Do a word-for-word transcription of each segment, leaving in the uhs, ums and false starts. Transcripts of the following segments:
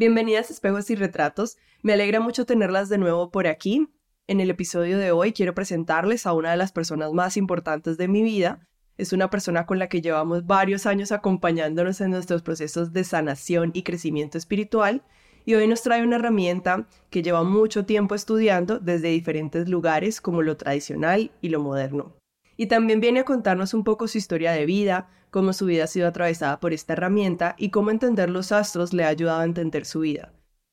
Bienvenidas a Espejos y Retratos. Me alegra mucho tenerlas de nuevo por aquí. En el episodio de hoy quiero presentarles a una de las personas más importantes de mi vida. Es una persona con la que llevamos varios años acompañándonos en nuestros procesos de sanación y crecimiento espiritual, y hoy nos trae una herramienta que lleva mucho tiempo estudiando desde diferentes lugares como lo tradicional y lo moderno. Y también viene a contarnos un poco su historia de vida, cómo su vida ha sido atravesada por esta herramienta y cómo entender los astros le ha ayudado a entender su vida.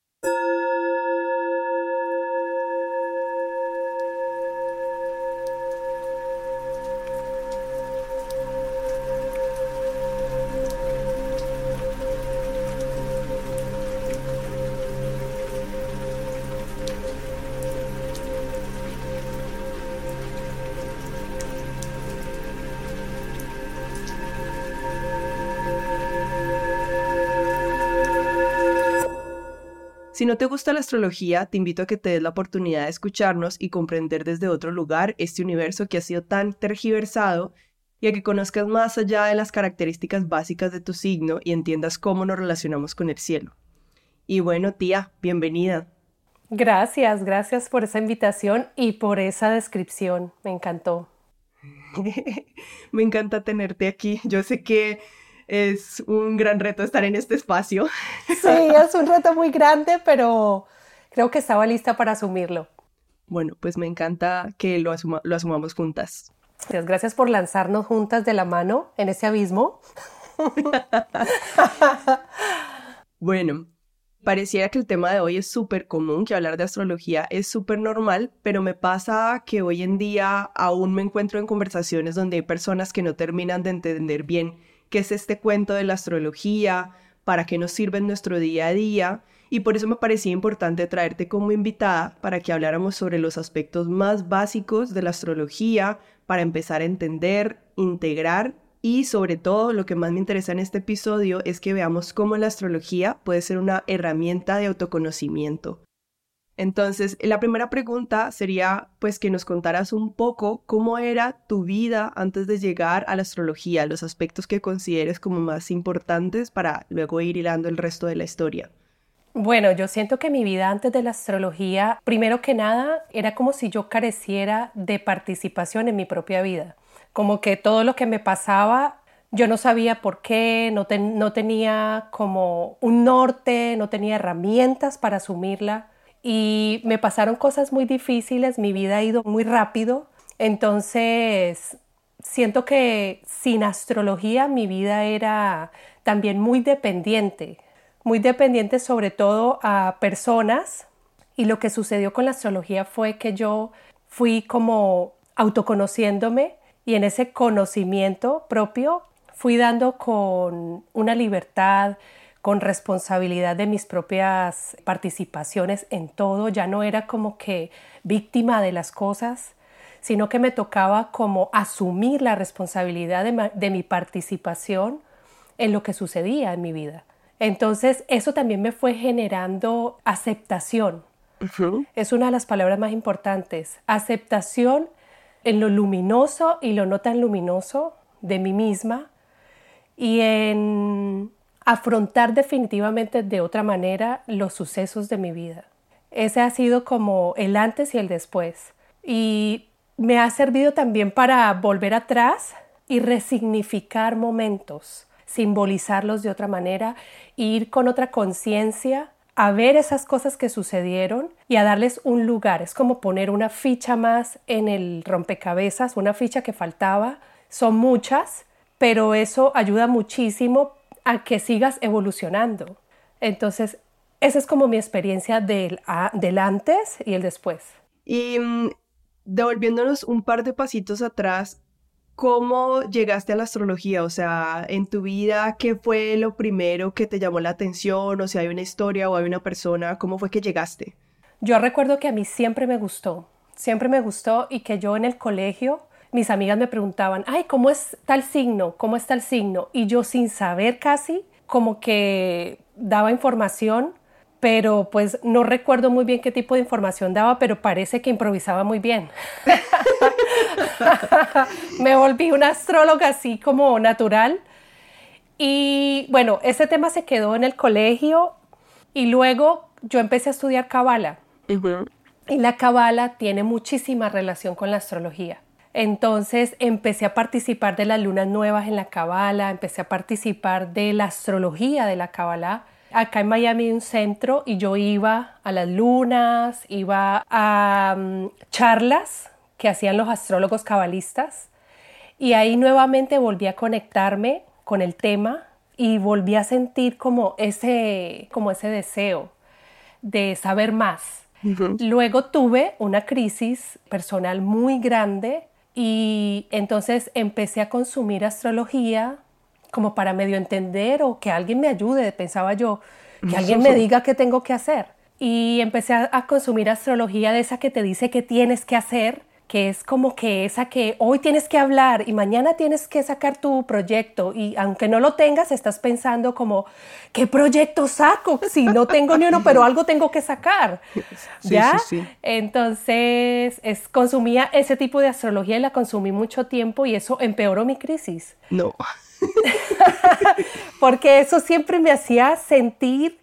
Si no te gusta la astrología, te invito a que te des la oportunidad de escucharnos y comprender desde otro lugar este universo que ha sido tan tergiversado, y a que conozcas más allá de las características básicas de tu signo y entiendas cómo nos relacionamos con el cielo. Y bueno, tía, bienvenida. Gracias, gracias por esa invitación y por esa descripción. Me encantó. Me encanta tenerte aquí. Yo sé que es un gran reto estar en este espacio. Sí, es un reto muy grande, pero creo que estaba lista para asumirlo. Bueno, pues me encanta que lo, asuma, lo asumamos juntas. Gracias, gracias por lanzarnos juntas de la mano en ese abismo. Bueno, pareciera que el tema de hoy es súper común, que hablar de astrología es súper normal, pero me pasa que hoy en día aún me encuentro en conversaciones donde hay personas que no terminan de entender bien qué es este cuento de la astrología, para qué nos sirve en nuestro día a día, y por eso me parecía importante traerte como invitada para que habláramos sobre los aspectos más básicos de la astrología, para empezar a entender, integrar, y sobre todo lo que más me interesa en este episodio es que veamos cómo la astrología puede ser una herramienta de autoconocimiento. Entonces, la primera pregunta sería, pues, que nos contaras un poco cómo era tu vida antes de llegar a la astrología, los aspectos que consideres como más importantes para luego ir hilando el resto de la historia. Bueno, yo siento que mi vida antes de la astrología, primero que nada, era como si yo careciera de participación en mi propia vida. Como que todo lo que me pasaba, yo no sabía por qué, no, te, no tenía como un norte, no tenía herramientas para asumirla. Y me pasaron cosas muy difíciles, mi vida ha ido muy rápido, entonces siento que sin astrología mi vida era también muy dependiente, muy dependiente sobre todo a personas, y lo que sucedió con la astrología fue que yo fui como autoconociéndome, y en ese conocimiento propio fui dando con una libertad, con responsabilidad de mis propias participaciones en todo. Ya no era como que víctima de las cosas, sino que me tocaba como asumir la responsabilidad de, ma- de mi participación en lo que sucedía en mi vida. Entonces eso también me fue generando aceptación. Uh-huh. Es una de las palabras más importantes. Aceptación en lo luminoso y lo no tan luminoso de mí misma, y en afrontar definitivamente de otra manera los sucesos de mi vida. Ese ha sido como el antes y el después. Y me ha servido también para volver atrás y resignificar momentos, simbolizarlos de otra manera, e ir con otra conciencia a ver esas cosas que sucedieron y a darles un lugar. Es como poner una ficha más en el rompecabezas, una ficha que faltaba. Son muchas, pero eso ayuda muchísimo a que sigas evolucionando. Entonces, esa es como mi experiencia del, a, del antes y el después. Y um, devolviéndonos un par de pasitos atrás, ¿cómo llegaste a la astrología? O sea, en tu vida, ¿qué fue lo primero que te llamó la atención? O si hay una historia o hay una persona, ¿cómo fue que llegaste? Yo recuerdo que a mí siempre me gustó, siempre me gustó, y que yo en el colegio, mis amigas me preguntaban, ay, ¿cómo es tal signo? ¿Cómo es tal signo? Y yo sin saber casi, como que daba información, pero pues no recuerdo muy bien qué tipo de información daba, pero parece que improvisaba muy bien. Me volví una astróloga así como natural. Y bueno, ese tema se quedó en el colegio, Y luego yo empecé a estudiar Cábala. Uh-huh. Y la Cábala tiene muchísima relación con la astrología. Entonces empecé a participar de las lunas nuevas en la Cábala, empecé a participar de la astrología de la Cábala. Acá en Miami hay un centro y yo iba a las lunas, iba a um, charlas que hacían los astrólogos cabalistas y ahí nuevamente volví a conectarme con el tema y volví a sentir como ese, como ese deseo de saber más. Uh-huh. Luego tuve una crisis personal muy grande y entonces empecé a consumir astrología como para medio entender o que alguien me ayude, pensaba yo, que alguien me diga qué tengo que hacer. Y empecé a, a consumir astrología de esa que te dice qué tienes que hacer, que es como que esa que hoy tienes que hablar y mañana tienes que sacar tu proyecto y aunque no lo tengas estás pensando como ¿qué proyecto saco? Si no tengo ni uno, pero algo tengo que sacar, ¿ya? Sí, sí, sí. Entonces es, consumía ese tipo de astrología y la consumí mucho tiempo y eso empeoró mi crisis. No. Porque eso siempre me hacía sentir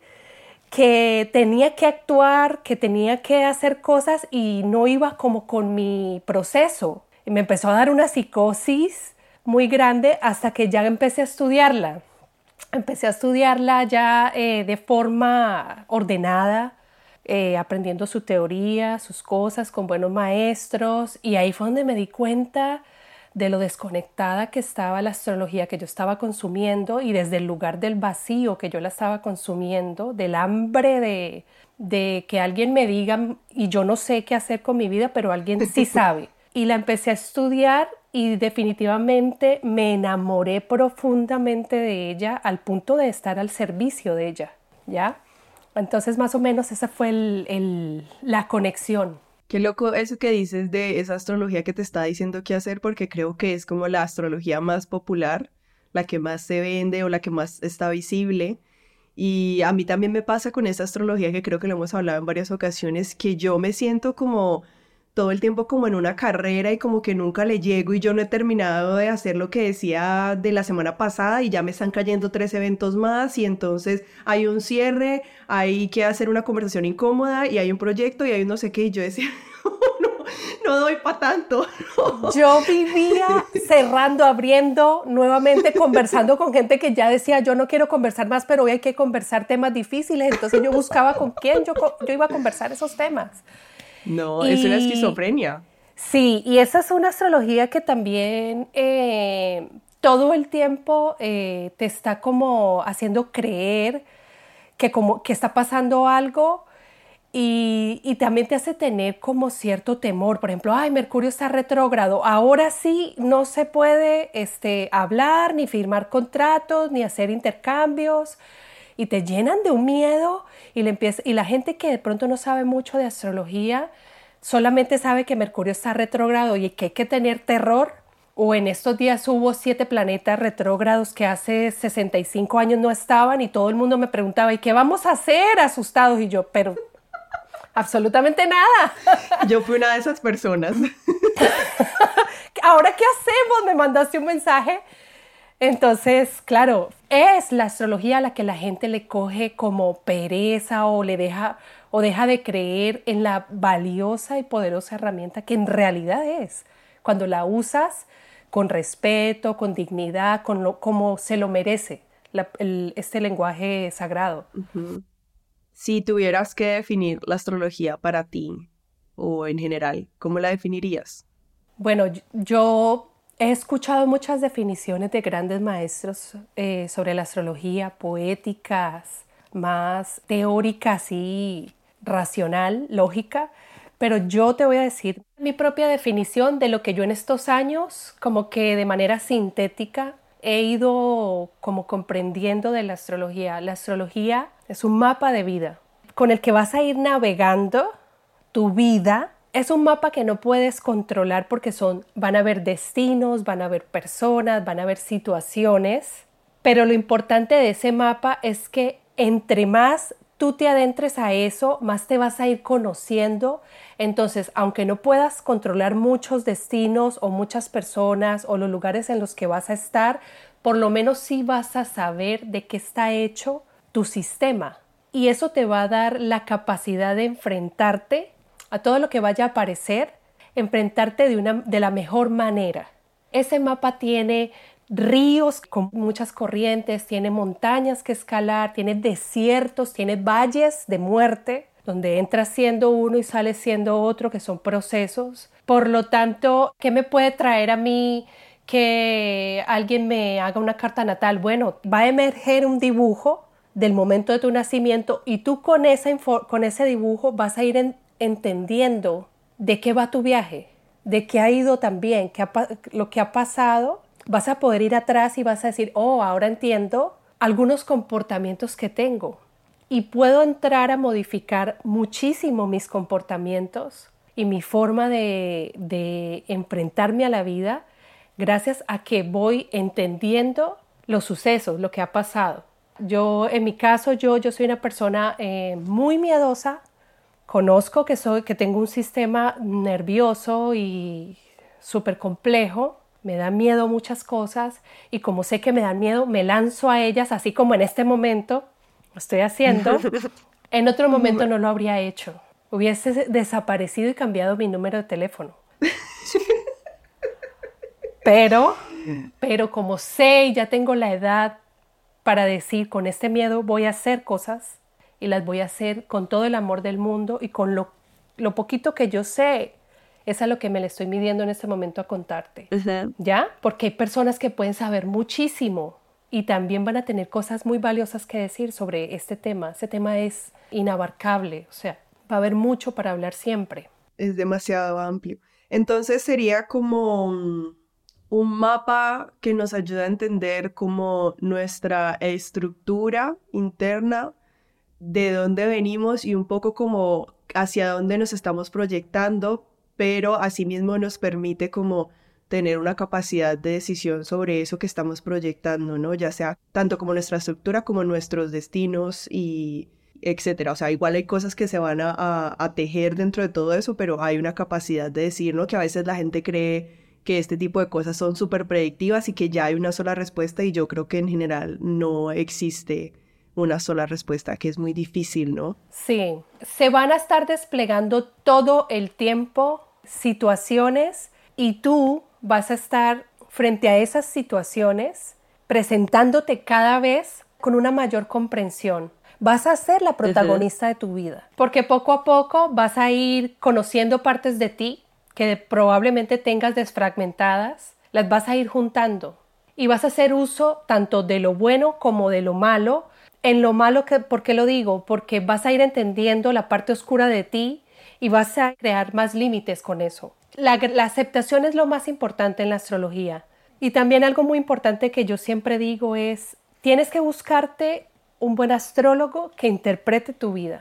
que tenía que actuar, que tenía que hacer cosas y no iba como con mi proceso. Y me empezó a dar una psicosis muy grande hasta que ya empecé a estudiarla. Empecé a estudiarla ya eh, de forma ordenada, eh, aprendiendo su teoría, sus cosas, con buenos maestros. Y ahí fue donde me di cuenta de lo desconectada que estaba la astrología que yo estaba consumiendo y desde el lugar del vacío que yo la estaba consumiendo, del hambre de, de que alguien me diga y yo no sé qué hacer con mi vida, pero alguien sí sabe. Y la empecé a estudiar y definitivamente me enamoré profundamente de ella al punto de estar al servicio de ella, ¿ya? Entonces más o menos esa fue el, el, la conexión. Qué loco eso que dices de esa astrología que te está diciendo qué hacer, porque creo que es como la astrología más popular, la que más se vende o la que más está visible. Y a mí también me pasa con esa astrología que creo que lo hemos hablado en varias ocasiones, que yo me siento como todo el tiempo como en una carrera y como que nunca le llego y yo no he terminado de hacer lo que decía de la semana pasada y ya me están cayendo tres eventos más y entonces hay un cierre, hay que hacer una conversación incómoda y hay un proyecto y hay un no sé qué y yo decía, no, no doy para tanto. No. Yo vivía cerrando, abriendo, nuevamente conversando con gente que ya decía yo no quiero conversar más, pero hoy hay que conversar temas difíciles, entonces yo buscaba con quién yo, yo iba a conversar esos temas. No, y, es una esquizofrenia. Sí, y esa es una astrología que también eh, todo el tiempo eh, te está como haciendo creer que, como, que está pasando algo y, y también te hace tener como cierto temor. Por ejemplo, ay, Mercurio está retrógrado, ahora sí no se puede este, hablar, ni firmar contratos, ni hacer intercambios. Y te llenan de un miedo y, le empieza, y la gente que de pronto no sabe mucho de astrología solamente sabe que Mercurio está retrógrado y que hay que tener terror. O en estos días hubo siete planetas retrógrados que hace sesenta y cinco años no estaban y todo el mundo me preguntaba ¿y qué vamos a hacer? Asustados y yo, pero absolutamente nada. Yo fui una de esas personas. ¿Ahora qué hacemos? Me mandaste un mensaje. Entonces, claro, es la astrología a la que la gente le coge como pereza o le deja o deja de creer en la valiosa y poderosa herramienta que en realidad es. Cuando la usas con respeto, con dignidad, con lo, como se lo merece la, el, este lenguaje sagrado. Uh-huh. Si tuvieras que definir la astrología para ti o en general, ¿cómo la definirías? Bueno, yo he escuchado muchas definiciones de grandes maestros eh, sobre la astrología, poéticas, más teóricas y racional, lógica, pero yo te voy a decir mi propia definición de lo que yo en estos años, como que de manera sintética, he ido como comprendiendo de la astrología. La astrología es un mapa de vida con el que vas a ir navegando tu vida. Es un mapa que no puedes controlar porque son, van a haber destinos, van a haber personas, van a haber situaciones, pero lo importante de ese mapa es que entre más tú te adentres a eso, más te vas a ir conociendo. Entonces, aunque no puedas controlar muchos destinos o muchas personas o los lugares en los que vas a estar, por lo menos sí vas a saber de qué está hecho tu sistema. y eso te va a dar la capacidad de enfrentarte a todo lo que vaya a aparecer, enfrentarte de, una, de la mejor manera. Ese mapa tiene ríos con muchas corrientes, tiene montañas que escalar, tiene desiertos, tiene valles de muerte, donde entra siendo uno y sale siendo otro, que son procesos. Por lo tanto, ¿qué me puede traer a mí que alguien me haga una carta natal? Bueno, va a emerger un dibujo del momento de tu nacimiento y tú con, esa con ese dibujo vas a ir en entendiendo de qué va tu viaje, de qué ha ido también, qué ha, lo que ha pasado. Vas a poder ir atrás y vas a decir, oh, ahora entiendo algunos comportamientos que tengo y puedo entrar a modificar muchísimo mis comportamientos y mi forma de, de enfrentarme a la vida gracias a que voy entendiendo los sucesos, lo que ha pasado. Yo, en mi caso, yo, yo soy una persona eh, muy miedosa. Conozco que, soy, que tengo un sistema nervioso y súper complejo. Me da miedo muchas cosas y como sé que me dan miedo, me lanzo a ellas, así como en este momento lo estoy haciendo. En otro momento no lo habría hecho. Hubiese desaparecido y cambiado mi número de teléfono. Pero, pero como sé y ya tengo la edad para decir, con este miedo voy a hacer cosas y las voy a hacer con todo el amor del mundo y con lo, lo poquito que yo sé. Es a lo que me le estoy midiendo en este momento a contarte. Uh-huh. ¿Ya? Porque hay personas que pueden saber muchísimo y también van a tener cosas muy valiosas que decir sobre este tema. Este tema es inabarcable, o sea, va a haber mucho para hablar siempre. Es demasiado amplio. Entonces sería como un, un mapa que nos ayuda a entender como nuestra estructura interna, de dónde venimos y un poco como hacia dónde nos estamos proyectando, pero asimismo nos permite como tener una capacidad de decisión sobre eso que estamos proyectando, ¿no? Ya sea tanto como nuestra estructura como nuestros destinos y etcétera. O sea, igual hay cosas que se van a, a, a tejer dentro de todo eso, pero hay una capacidad de decir, ¿no? Que a veces la gente cree que este tipo de cosas son súper predictivas y que ya hay una sola respuesta y yo creo que en general no existe una sola respuesta, que es muy difícil, ¿no? Sí, se van a estar desplegando todo el tiempo situaciones y tú vas a estar frente a esas situaciones presentándote cada vez con una mayor comprensión. Vas a ser la protagonista uh-huh. de tu vida, porque poco a poco vas a ir conociendo partes de ti que probablemente tengas desfragmentadas, las vas a ir juntando y vas a hacer uso tanto de lo bueno como de lo malo. En lo malo, que, ¿por qué lo digo? Porque vas a ir entendiendo la parte oscura de ti y vas a crear más límites con eso. La, la aceptación es lo más importante en la astrología. Y también algo muy importante que yo siempre digo es, tienes que buscarte un buen astrólogo que interprete tu vida.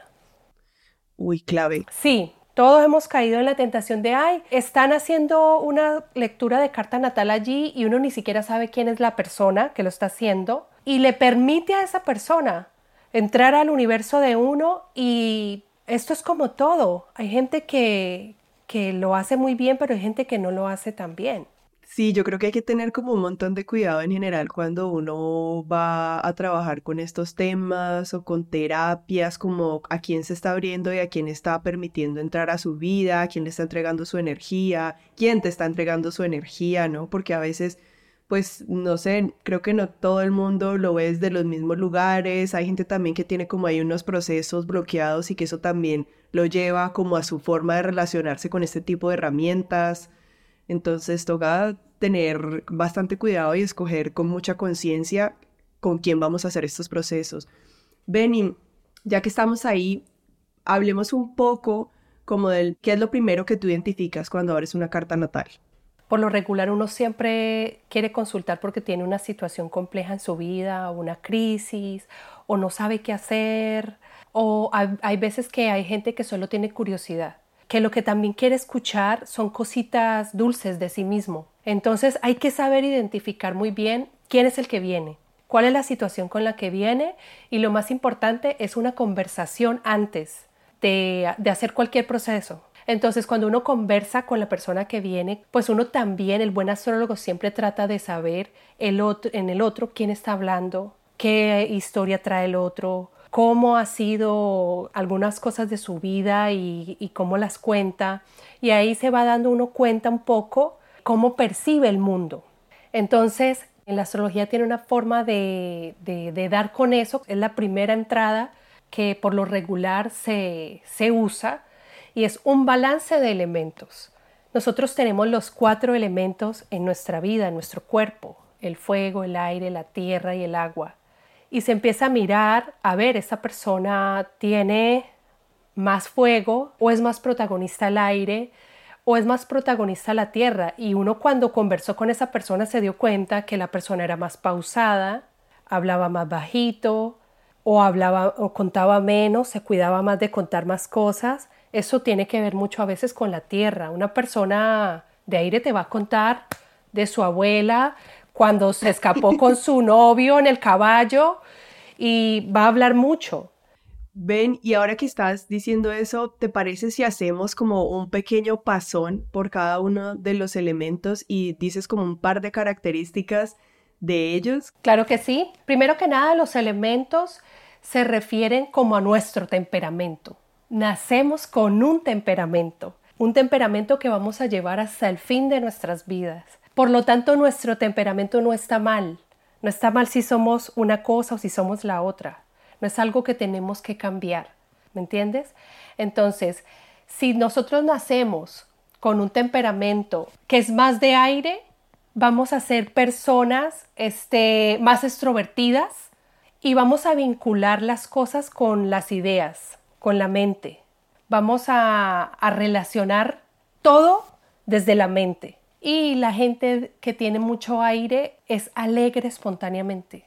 Uy, clave. Sí, todos hemos caído en la tentación de, ay, están haciendo una lectura de carta natal allí y uno ni siquiera sabe quién es la persona que lo está haciendo y le permite a esa persona entrar al universo de uno y esto es como todo. Hay gente que, que lo hace muy bien, pero hay gente que no lo hace tan bien. Sí, yo creo que hay que tener como un montón de cuidado en general cuando uno va a trabajar con estos temas o con terapias, como a quién se está abriendo y a quién está permitiendo entrar a su vida, a quién le está entregando su energía, quién te está entregando su energía, ¿no? Porque a veces, pues, no sé, creo que no todo el mundo lo ve desde los mismos lugares. Hay gente también que tiene como ahí unos procesos bloqueados y que eso también lo lleva como a su forma de relacionarse con este tipo de herramientas. Entonces toca tener bastante cuidado y escoger con mucha conciencia con quién vamos a hacer estos procesos. Benny, ya que estamos ahí, hablemos un poco como del qué es lo primero que tú identificas cuando abres una carta natal. Por lo regular uno siempre quiere consultar porque tiene una situación compleja en su vida, o una crisis, o no sabe qué hacer, o hay, hay veces que hay gente que solo tiene curiosidad, que lo que también quiere escuchar son cositas dulces de sí mismo. Entonces hay que saber identificar muy bien quién es el que viene, cuál es la situación con la que viene y lo más importante es una conversación antes de, de hacer cualquier proceso. Entonces cuando uno conversa con la persona que viene, pues uno también, el buen astrólogo siempre trata de saber el otro, en el otro quién está hablando, qué historia trae el otro, cómo ha sido algunas cosas de su vida y, y cómo las cuenta. Y ahí se va dando uno cuenta un poco cómo percibe el mundo. Entonces, en la astrología tiene una forma de, de, de dar con eso. Es la primera entrada que por lo regular se, se usa y es un balance de elementos. Nosotros tenemos los cuatro elementos en nuestra vida, en nuestro cuerpo, el fuego, el aire, la tierra y el agua. Y se empieza a mirar, a ver, ¿esta persona tiene más fuego o es más protagonista el aire o es más protagonista la tierra? Y uno cuando conversó con esa persona se dio cuenta que la persona era más pausada, hablaba más bajito o hablaba o contaba menos, se cuidaba más de contar más cosas. Eso tiene que ver mucho a veces con la tierra. Una persona de aire te va a contar de su abuela cuando se escapó con su novio en el caballo y va a hablar mucho. Ven, y ahora que estás diciendo eso, ¿te parece si hacemos como un pequeño pasón por cada uno de los elementos y dices como un par de características de ellos? Claro que sí. Primero que nada, los elementos se refieren como a nuestro temperamento. Nacemos con un temperamento, un temperamento que vamos a llevar hasta el fin de nuestras vidas. Por lo tanto, nuestro temperamento no está mal. No está mal si somos una cosa o si somos la otra. No es algo que tenemos que cambiar. ¿Me entiendes? Entonces, si nosotros nacemos con un temperamento que es más de aire, vamos a ser personas este, más extrovertidas y vamos a vincular las cosas con las ideas, con la mente. Vamos a, a relacionar todo desde la mente. Y la gente que tiene mucho aire es alegre espontáneamente.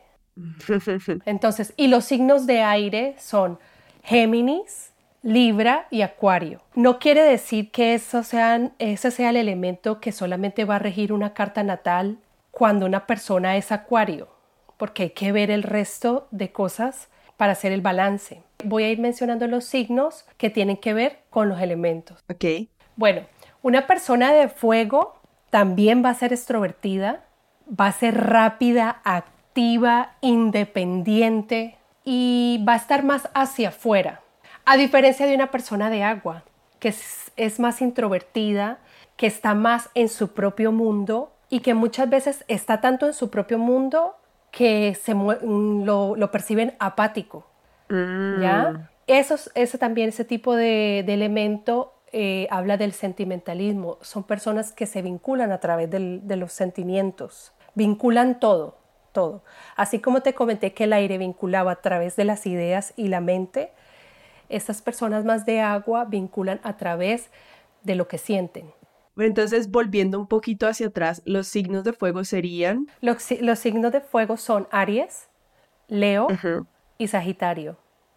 Entonces, y los signos de aire son Géminis, Libra y Acuario. No quiere decir que eso sean, ese sea el elemento que solamente va a regir una carta natal cuando una persona es Acuario, porque hay que ver el resto de cosas para hacer el balance. Voy a ir mencionando los signos que tienen que ver con los elementos. Ok. Bueno, una persona de fuego también va a ser extrovertida, va a ser rápida, activa, independiente y va a estar más hacia afuera. A diferencia de una persona de agua, que es, es más introvertida, que está más en su propio mundo y que muchas veces está tanto en su propio mundo que se, lo, lo perciben apático. Mm. ¿Ya? Eso, ese también, ese tipo de, de elemento eh, habla del sentimentalismo. Son personas que se vinculan a través del, de los sentimientos. Vinculan todo, todo. Así como te comenté que el aire vinculaba a través de las ideas y la mente, estas personas más de agua vinculan a través de lo que sienten. Bueno, entonces, volviendo un poquito hacia atrás, los signos de fuego serían... Los, los signos de fuego son Aries, Leo uh-huh. y Sagitario.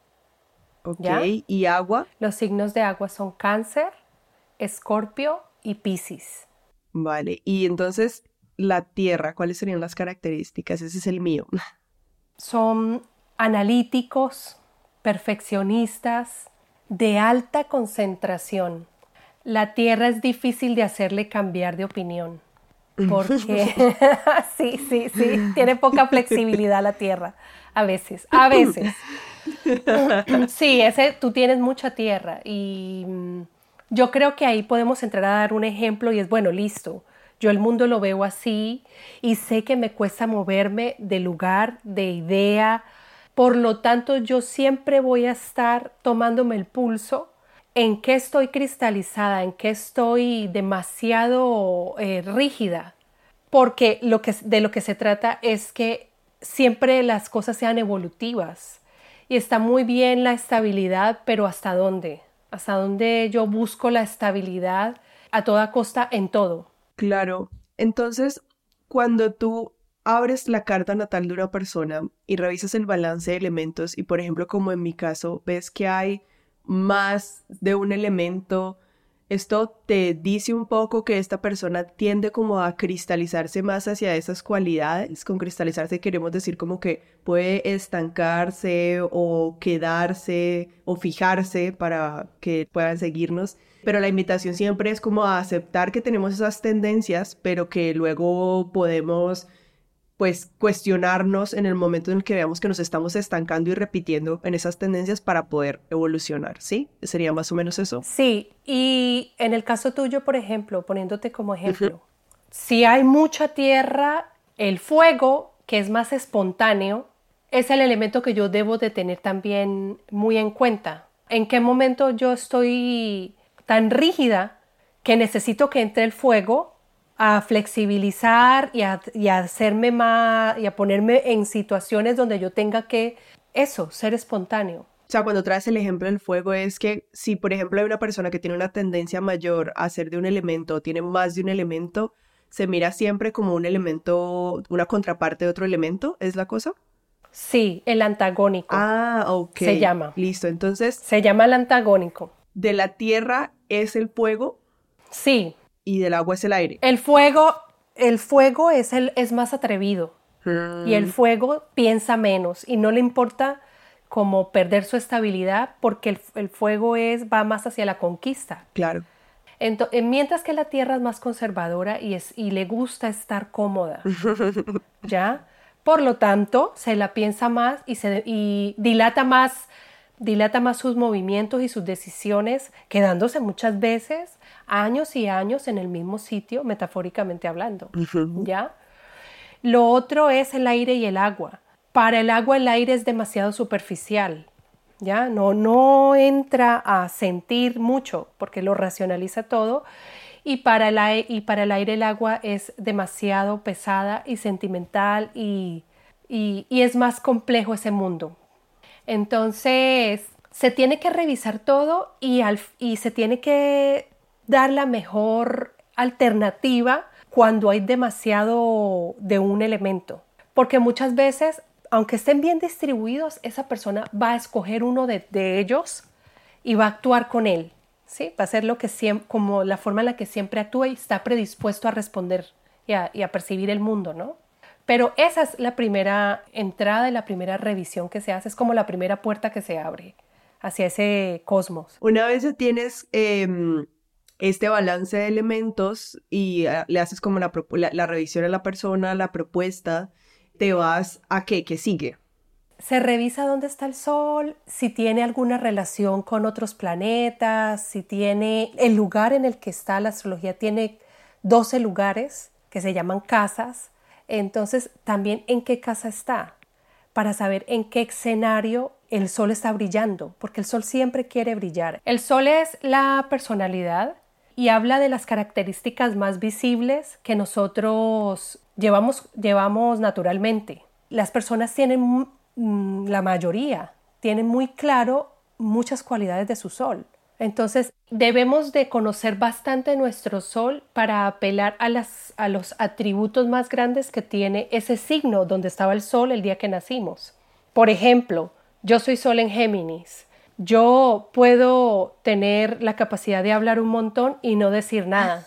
Ok, ¿ya? ¿Y agua? Los signos de agua son Cáncer, Escorpio y Piscis. Vale, y entonces, la tierra, ¿cuáles serían las características? Ese es el mío. Son analíticos, perfeccionistas, de alta concentración. La tierra es difícil de hacerle cambiar de opinión, porque sí, sí, sí, tiene poca flexibilidad la tierra, a veces, a veces. Sí, ese, tú tienes mucha tierra y yo creo que ahí podemos entrar a dar un ejemplo y es, bueno, listo, yo el mundo lo veo así y sé que me cuesta moverme de lugar, de idea, por lo tanto yo siempre voy a estar tomándome el pulso en qué estoy cristalizada, en qué estoy demasiado eh, rígida, porque lo que, de lo que se trata es que siempre las cosas sean evolutivas y está muy bien la estabilidad, pero ¿hasta dónde? ¿Hasta dónde yo busco la estabilidad a toda costa en todo? Claro, entonces cuando tú abres la carta natal de una persona y revisas el balance de elementos y por ejemplo como en mi caso ves que hay más de un elemento, esto te dice un poco que esta persona tiende como a cristalizarse más hacia esas cualidades. Con cristalizarse queremos decir como que puede estancarse o quedarse o fijarse para que puedan seguirnos. Pero la invitación siempre es como a aceptar que tenemos esas tendencias, pero que luego podemos pues cuestionarnos en el momento en el que veamos que nos estamos estancando y repitiendo en esas tendencias para poder evolucionar, ¿sí? ¿Sería más o menos eso? Sí, y en el caso tuyo, por ejemplo, poniéndote como ejemplo, uh-huh. si hay mucha tierra, el fuego, que es más espontáneo, es el elemento que yo debo de tener también muy en cuenta. ¿En qué momento yo estoy tan rígida que necesito que entre el fuego a flexibilizar y a, y a hacerme más, y a ponerme en situaciones donde yo tenga que, eso, ser espontáneo? O sea, cuando traes el ejemplo del fuego es que si, por ejemplo, hay una persona que tiene una tendencia mayor a ser de un elemento o tiene más de un elemento, se mira siempre como un elemento, una contraparte de otro elemento, ¿es la cosa? Sí, el antagónico. Ah, ok. Se llama. Listo, entonces... Se llama el antagónico. ¿De la tierra es el fuego? Sí. ¿Y del agua es el aire? El fuego, el fuego es, el, es más atrevido. Mm. Y el fuego piensa menos y no le importa como perder su estabilidad porque el, el fuego es, va más hacia la conquista. Claro. Entonces, mientras que la tierra es más conservadora y, es, y le gusta estar cómoda. ¿Ya? Por lo tanto, se la piensa más y, se, y dilata más, dilata más sus movimientos y sus decisiones, quedándose muchas veces años y años en el mismo sitio, metafóricamente hablando. Uh-huh. ¿Ya? Lo otro es el aire y el agua. Para el agua el aire es demasiado superficial. ¿Ya? No, no entra a sentir mucho porque lo racionaliza todo. Y para, el aire, y para el aire el agua es demasiado pesada y sentimental y, y, y es más complejo ese mundo. Entonces se tiene que revisar todo y, al, y se tiene que dar la mejor alternativa cuando hay demasiado de un elemento. Porque muchas veces, aunque estén bien distribuidos, esa persona va a escoger uno de, de ellos y va a actuar con él. ¿Sí? Va a ser lo que siempre, como la forma en la que siempre actúa y está predispuesto a responder y a, y a percibir el mundo, ¿no? Pero esa es la primera entrada y la primera revisión que se hace, es como la primera puerta que se abre hacia ese cosmos. Una vez tienes eh, este balance de elementos y uh, le haces como la, la, la revisión a la persona, la propuesta, te vas a qué, ¿qué sigue? Se revisa dónde está el Sol, si tiene alguna relación con otros planetas, si tiene el lugar en el que está. La astrología tiene doce lugares que se llaman casas. Entonces, también en qué casa está, para saber en qué escenario el Sol está brillando, porque el Sol siempre quiere brillar. El Sol es la personalidad y habla de las características más visibles que nosotros llevamos, llevamos naturalmente. Las personas tienen... la mayoría tienen muy claro muchas cualidades de su sol. Entonces debemos de conocer bastante nuestro sol para apelar a, las, a los atributos más grandes que tiene ese signo donde estaba el sol el día que nacimos. Por ejemplo, yo soy sol en Géminis. Yo puedo tener la capacidad de hablar un montón y no decir nada.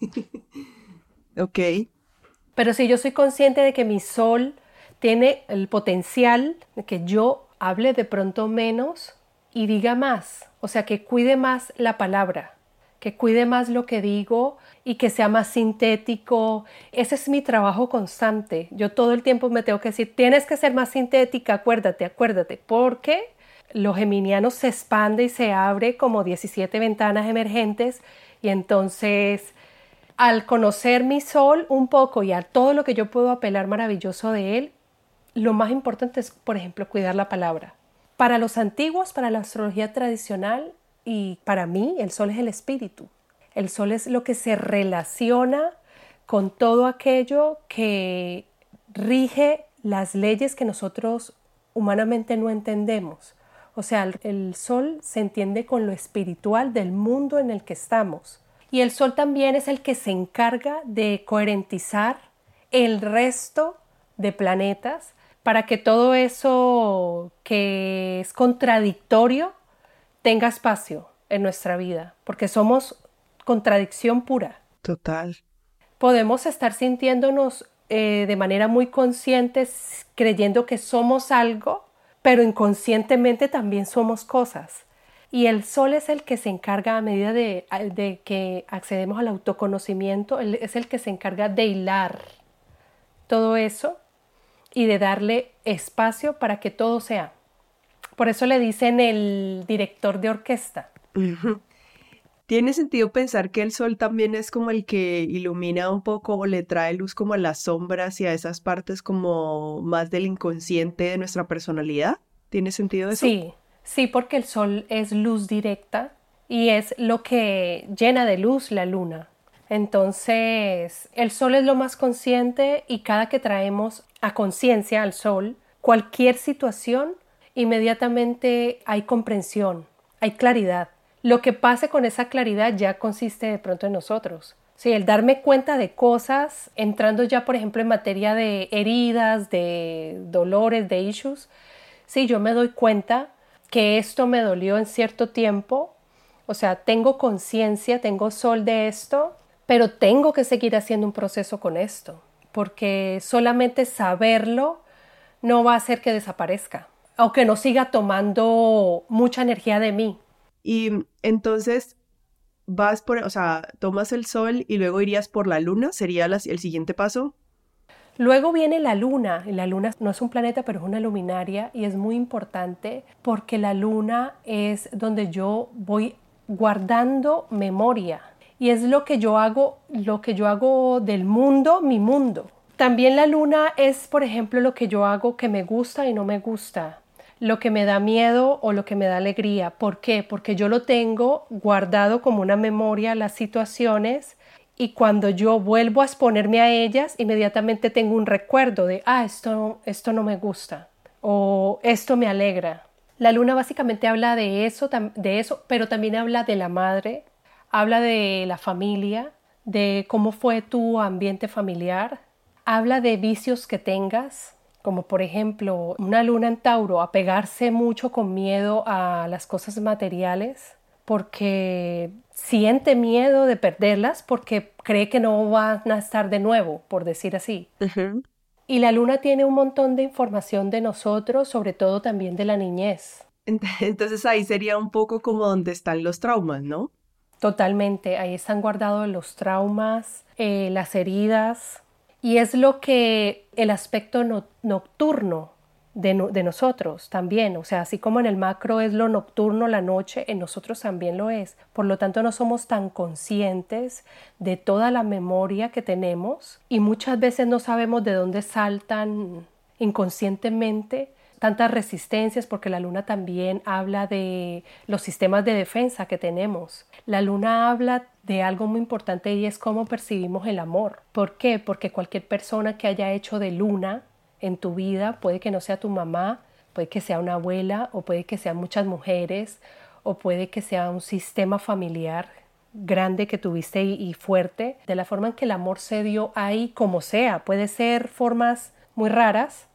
Ok. Pero si yo soy consciente de que mi sol tiene el potencial de que yo hable de pronto menos y diga más, o sea, que cuide más la palabra, que cuide más lo que digo y que sea más sintético. Ese es mi trabajo constante. Yo todo el tiempo me tengo que decir, tienes que ser más sintética, acuérdate, acuérdate, porque lo geminiano se expande y se abre como diecisiete ventanas emergentes y entonces... al conocer mi sol un poco y a todo lo que yo puedo apelar maravilloso de él, lo más importante es, por ejemplo, cuidar la palabra. Para los antiguos, para la astrología tradicional y para mí, el sol es el espíritu. El sol es lo que se relaciona con todo aquello que rige las leyes que nosotros humanamente no entendemos. O sea, el, el sol se entiende con lo espiritual del mundo en el que estamos. Y el sol también es el que se encarga de coherentizar el resto de planetas para que todo eso que es contradictorio tenga espacio en nuestra vida, porque somos contradicción pura. Total. Podemos estar sintiéndonos eh, de manera muy consciente, creyendo que somos algo, pero inconscientemente también somos cosas. Y el sol es el que se encarga, a medida de, de que accedemos al autoconocimiento, es el que se encarga de hilar todo eso y de darle espacio para que todo sea. Por eso le dicen el director de orquesta. Ujú. ¿Tiene sentido pensar que el sol también es como el que ilumina un poco o le trae luz como a las sombras y a esas partes como más del inconsciente de nuestra personalidad? ¿Tiene sentido eso? Sí, sí, porque el sol es luz directa y es lo que llena de luz la luna. Entonces, el sol es lo más consciente y cada que traemos a conciencia al sol, cualquier situación, inmediatamente hay comprensión, hay claridad. Lo que pase con esa claridad ya consiste de pronto en nosotros. Sí, el darme cuenta de cosas, entrando ya, por ejemplo, en materia de heridas, de dolores, de issues. Sí, yo me doy cuenta que esto me dolió en cierto tiempo. O sea, tengo conciencia, tengo sol de esto, pero tengo que seguir haciendo un proceso con esto, porque solamente saberlo no va a hacer que desaparezca, aunque no siga tomando mucha energía de mí. Y entonces vas por, o sea, tomas el sol y luego irías por la luna, ¿sería la- el siguiente paso? Luego viene la luna, y la luna no es un planeta, pero es una luminaria y es muy importante porque la luna es donde yo voy guardando memoria y es lo que yo hago, lo que yo hago del mundo, mi mundo. También la luna es, por ejemplo, lo que yo hago que me gusta y no me gusta, lo que me da miedo o lo que me da alegría. ¿Por qué? Porque yo lo tengo guardado como una memoria, las situaciones, y cuando yo vuelvo a exponerme a ellas, inmediatamente tengo un recuerdo de, ah, esto, esto no me gusta o esto me alegra. La luna básicamente habla de eso, de eso, pero también habla de la madre, habla de la familia, de cómo fue tu ambiente familiar, habla de vicios que tengas, como por ejemplo una luna en Tauro, apegarse mucho con miedo a las cosas materiales, porque siente miedo de perderlas porque cree que no van a estar de nuevo, por decir así. Ujú. Y la luna tiene un montón de información de nosotros, sobre todo también de la niñez. Ent- Entonces ahí sería un poco como donde están los traumas, ¿no? Totalmente, ahí están guardados los traumas, eh, las heridas, y es lo que el aspecto no- nocturno de, no- de nosotros también, o sea, así como en el macro es lo nocturno, la noche, en nosotros también lo es. Por lo tanto, no somos tan conscientes de toda la memoria que tenemos y muchas veces no sabemos de dónde saltan inconscientemente tantas resistencias, porque la luna también habla de los sistemas de defensa que tenemos. La luna habla de algo muy importante y es cómo percibimos el amor. ¿Por qué? Porque cualquier persona que haya hecho de luna en tu vida, puede que no sea tu mamá, puede que sea una abuela o puede que sean muchas mujeres o puede que sea un sistema familiar grande que tuviste y, y fuerte, de la forma en que el amor se dio ahí, como sea, puede ser formas muy raras,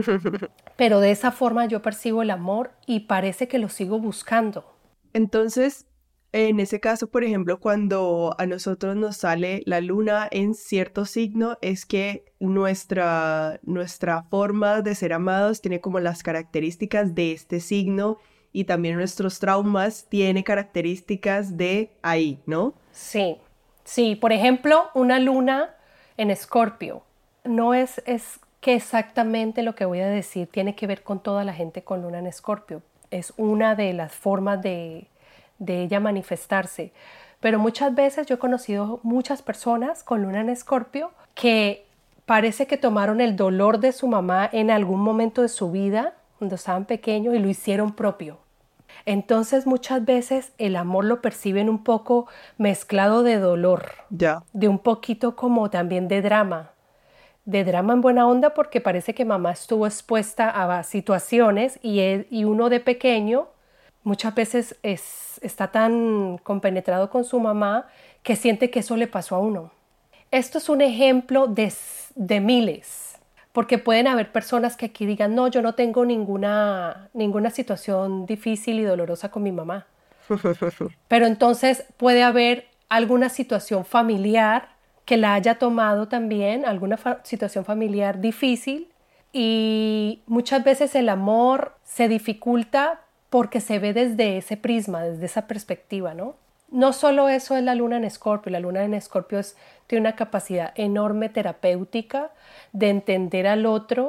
pero de esa forma yo percibo el amor y parece que lo sigo buscando. Entonces, en ese caso, por ejemplo, cuando a nosotros nos sale la luna en cierto signo, es que nuestra, nuestra forma de ser amados tiene como las características de este signo y también nuestros traumas tiene características de ahí, ¿no? Sí, sí, por ejemplo, una luna en Escorpio. No es, es que exactamente lo que voy a decir tiene que ver con toda la gente con luna en Escorpio. Es una de las formas de, de ella manifestarse. Pero muchas veces yo he conocido muchas personas con luna en Escorpio que parece que tomaron el dolor de su mamá en algún momento de su vida, cuando estaban pequeños, y lo hicieron propio. Entonces muchas veces el amor lo perciben un poco mezclado de dolor, Ya. de un poquito como también de drama, de drama en buena onda porque parece que mamá estuvo expuesta a situaciones y, él, y uno de pequeño muchas veces es, está tan compenetrado con su mamá que siente que eso le pasó a uno. Esto es un ejemplo de, de miles, porque pueden haber personas que aquí digan, no, yo no tengo ninguna, ninguna situación difícil y dolorosa con mi mamá. Pero entonces puede haber alguna situación familiar que la haya tomado también, alguna fa- situación familiar difícil, y muchas veces el amor se dificulta porque se ve desde ese prisma, desde esa perspectiva, ¿no? No solo eso es la luna en Escorpio, la luna en Escorpio es, tiene una capacidad enorme terapéutica de entender al otro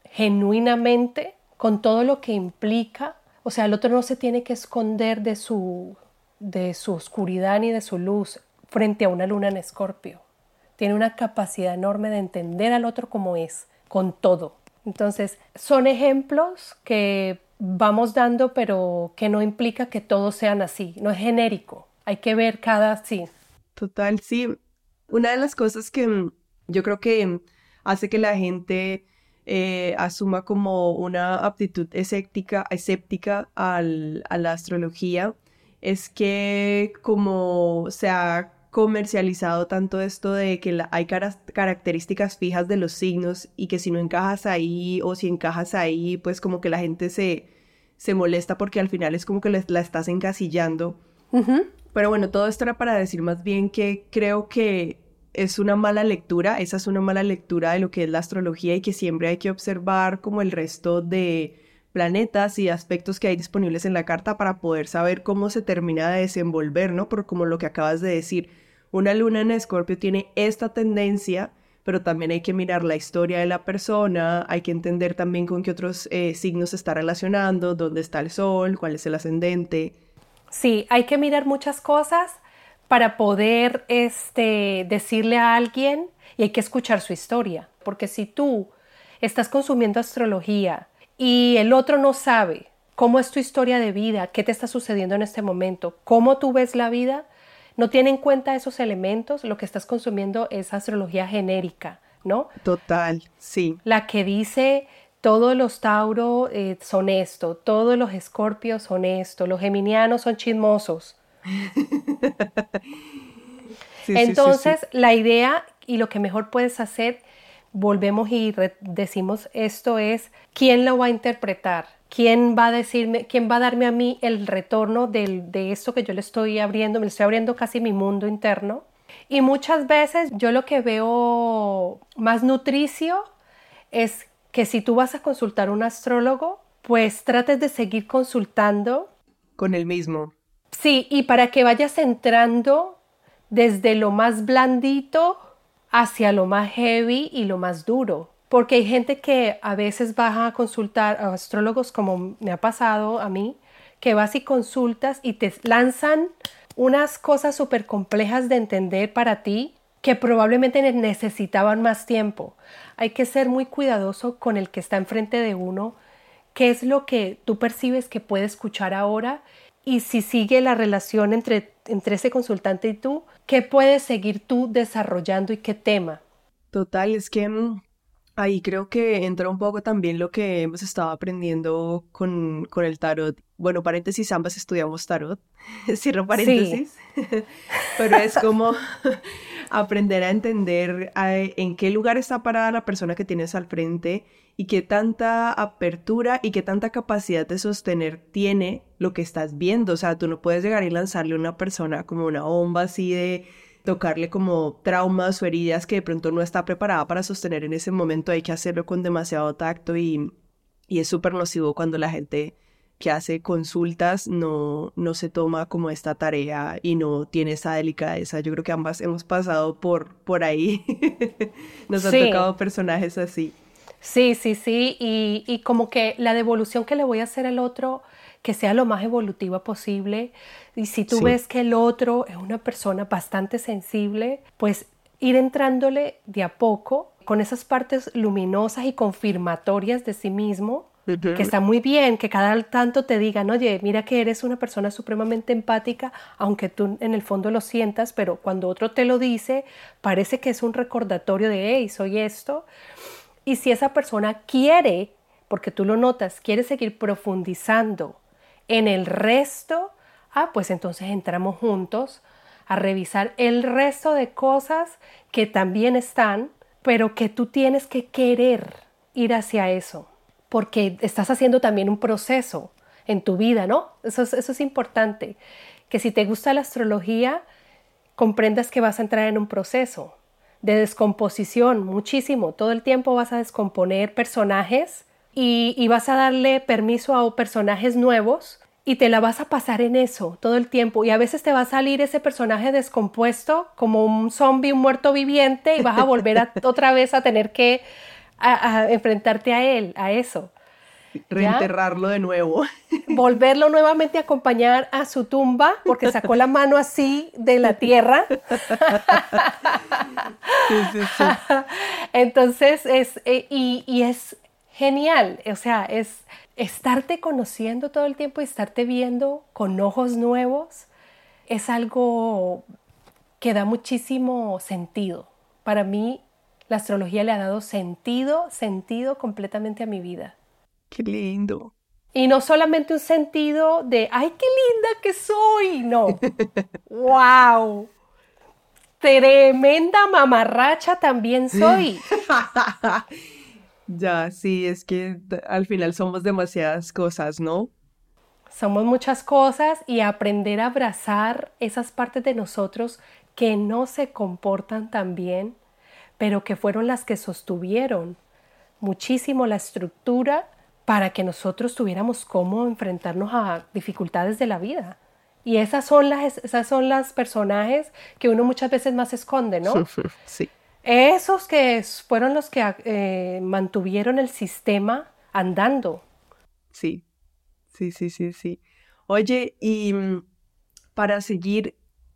genuinamente, con todo lo que implica. O sea, el otro no se tiene que esconder de su, de su oscuridad ni de su luz frente a una luna en Escorpio. Tiene una capacidad enorme de entender al otro como es, con todo. Entonces, son ejemplos que vamos dando, pero que no implica que todos sean así. No es genérico. Hay que ver cada sí. Total, sí. Una de las cosas que mm, yo creo que mm, hace que la gente eh, asuma como una aptitud escéptica, escéptica al, a la astrología es que como se ha comercializado tanto esto de que la- hay cara- características fijas de los signos y que si no encajas ahí o si encajas ahí, pues como que la gente se, se molesta porque al final es como que les- la estás encasillando. Uh-huh. Pero bueno, todo esto era para decir más bien que creo que es una mala lectura, esa es una mala lectura de lo que es la astrología y que siempre hay que observar como el resto de planetas y aspectos que hay disponibles en la carta para poder saber cómo se termina de desenvolver, ¿no? Por como lo que acabas de decir, una luna en Escorpio tiene esta tendencia, pero también hay que mirar la historia de la persona, hay que entender también con qué otros eh, signos se está relacionando, dónde está el sol, cuál es el ascendente. Sí, hay que mirar muchas cosas para poder este, decirle a alguien y hay que escuchar su historia. Porque si tú estás consumiendo astrología y el otro no sabe cómo es tu historia de vida, qué te está sucediendo en este momento, cómo tú ves la vida, no tiene en cuenta esos elementos, lo que estás consumiendo es astrología genérica, ¿no? Total, sí. La que dice todos los Tauro eh, son esto, todos los Escorpios son esto, los geminianos son chismosos. Sí, sí, sí, sí. Entonces, la idea y lo que mejor puedes hacer, volvemos y decimos esto es, ¿quién lo va a interpretar? ¿Quién va a decirme, quién va a darme a mí el retorno del, de esto que yo le estoy abriendo? Me le estoy abriendo casi mi mundo interno. Y muchas veces yo lo que veo más nutricio es que si tú vas a consultar a un astrólogo, pues trates de seguir consultando. Con el mismo. Sí, y para que vayas entrando desde lo más blandito hacia lo más heavy y lo más duro. Porque hay gente que a veces va a consultar a astrólogos, como me ha pasado a mí, que vas y consultas y te lanzan unas cosas súper complejas de entender para ti que probablemente necesitaban más tiempo. Hay que ser muy cuidadoso con el que está enfrente de uno, qué es lo que tú percibes que puede escuchar ahora y si sigue la relación entre, entre ese consultante y tú, qué puedes seguir tú desarrollando y qué tema. Total, es que mm, ahí creo que entra un poco también lo que hemos estado aprendiendo con, con el tarot. Bueno, paréntesis, ambas estudiamos tarot, cierro Sí, paréntesis, pero es como aprender a entender eh, en qué lugar está parada la persona que tienes al frente y qué tanta apertura y qué tanta capacidad de sostener tiene lo que estás viendo. O sea, tú no puedes llegar y lanzarle a una persona como una bomba así de tocarle como traumas o heridas que de pronto no está preparada para sostener en ese momento. Hay que hacerlo con demasiado tacto y, y es súper nocivo cuando la gente que hace consultas no, no se toma como esta tarea y no tiene esa delicadeza. Yo creo que ambas hemos pasado por, por ahí. Nos han sí, tocado personajes así. sí, sí, sí. Y, y como que la devolución que le voy a hacer al otro, que sea lo más evolutiva posible. Y si tú Sí. ves que el otro es una persona bastante sensible, pues ir entrándole de a poco con esas partes luminosas y confirmatorias de sí mismo, que Ujú. está muy bien, que cada tanto te digan, oye, mira que eres una persona supremamente empática, aunque tú en el fondo lo sientas, pero cuando otro te lo dice, parece que es un recordatorio de, hey, soy esto. Y si esa persona quiere, porque tú lo notas, quiere seguir profundizando en el resto, ah, pues entonces entramos juntos a revisar el resto de cosas que también están, pero que tú tienes que querer ir hacia eso, porque estás haciendo también un proceso en tu vida, ¿no? Eso es, eso es importante, que si te gusta la astrología, comprendas que vas a entrar en un proceso de descomposición muchísimo. Todo el tiempo vas a descomponer personajes y, y vas a darle permiso a personajes nuevos y te la vas a pasar en eso todo el tiempo. Y a veces te va a salir ese personaje descompuesto como un zombie, un muerto viviente y vas a volver a, otra vez a tener que a, a enfrentarte a él, a eso. Reenterrarlo de nuevo. Volverlo nuevamente a acompañar a su tumba porque sacó la mano así de la tierra. Sí, sí, sí. Entonces, es, eh, y, y es genial, o sea, es estarte conociendo todo el tiempo y estarte viendo con ojos nuevos, es algo que da muchísimo sentido. Para mí, la astrología le ha dado sentido, sentido completamente a mi vida. Qué lindo. Y no solamente un sentido de, ¡ay, qué linda que soy! No. ¡Wow! Tremenda mamarracha también soy. Ya, sí, es que t- al final somos demasiadas cosas, ¿no? Somos muchas cosas y aprender a abrazar esas partes de nosotros que no se comportan tan bien, pero que fueron las que sostuvieron muchísimo la estructura para que nosotros tuviéramos cómo enfrentarnos a dificultades de la vida. Y esas son las, esas son las personajes que uno muchas veces más esconde, ¿no? Sí, Esos que fueron los que eh, mantuvieron el sistema andando. sí, sí, sí, sí, sí. Oye, y mm, para seguir,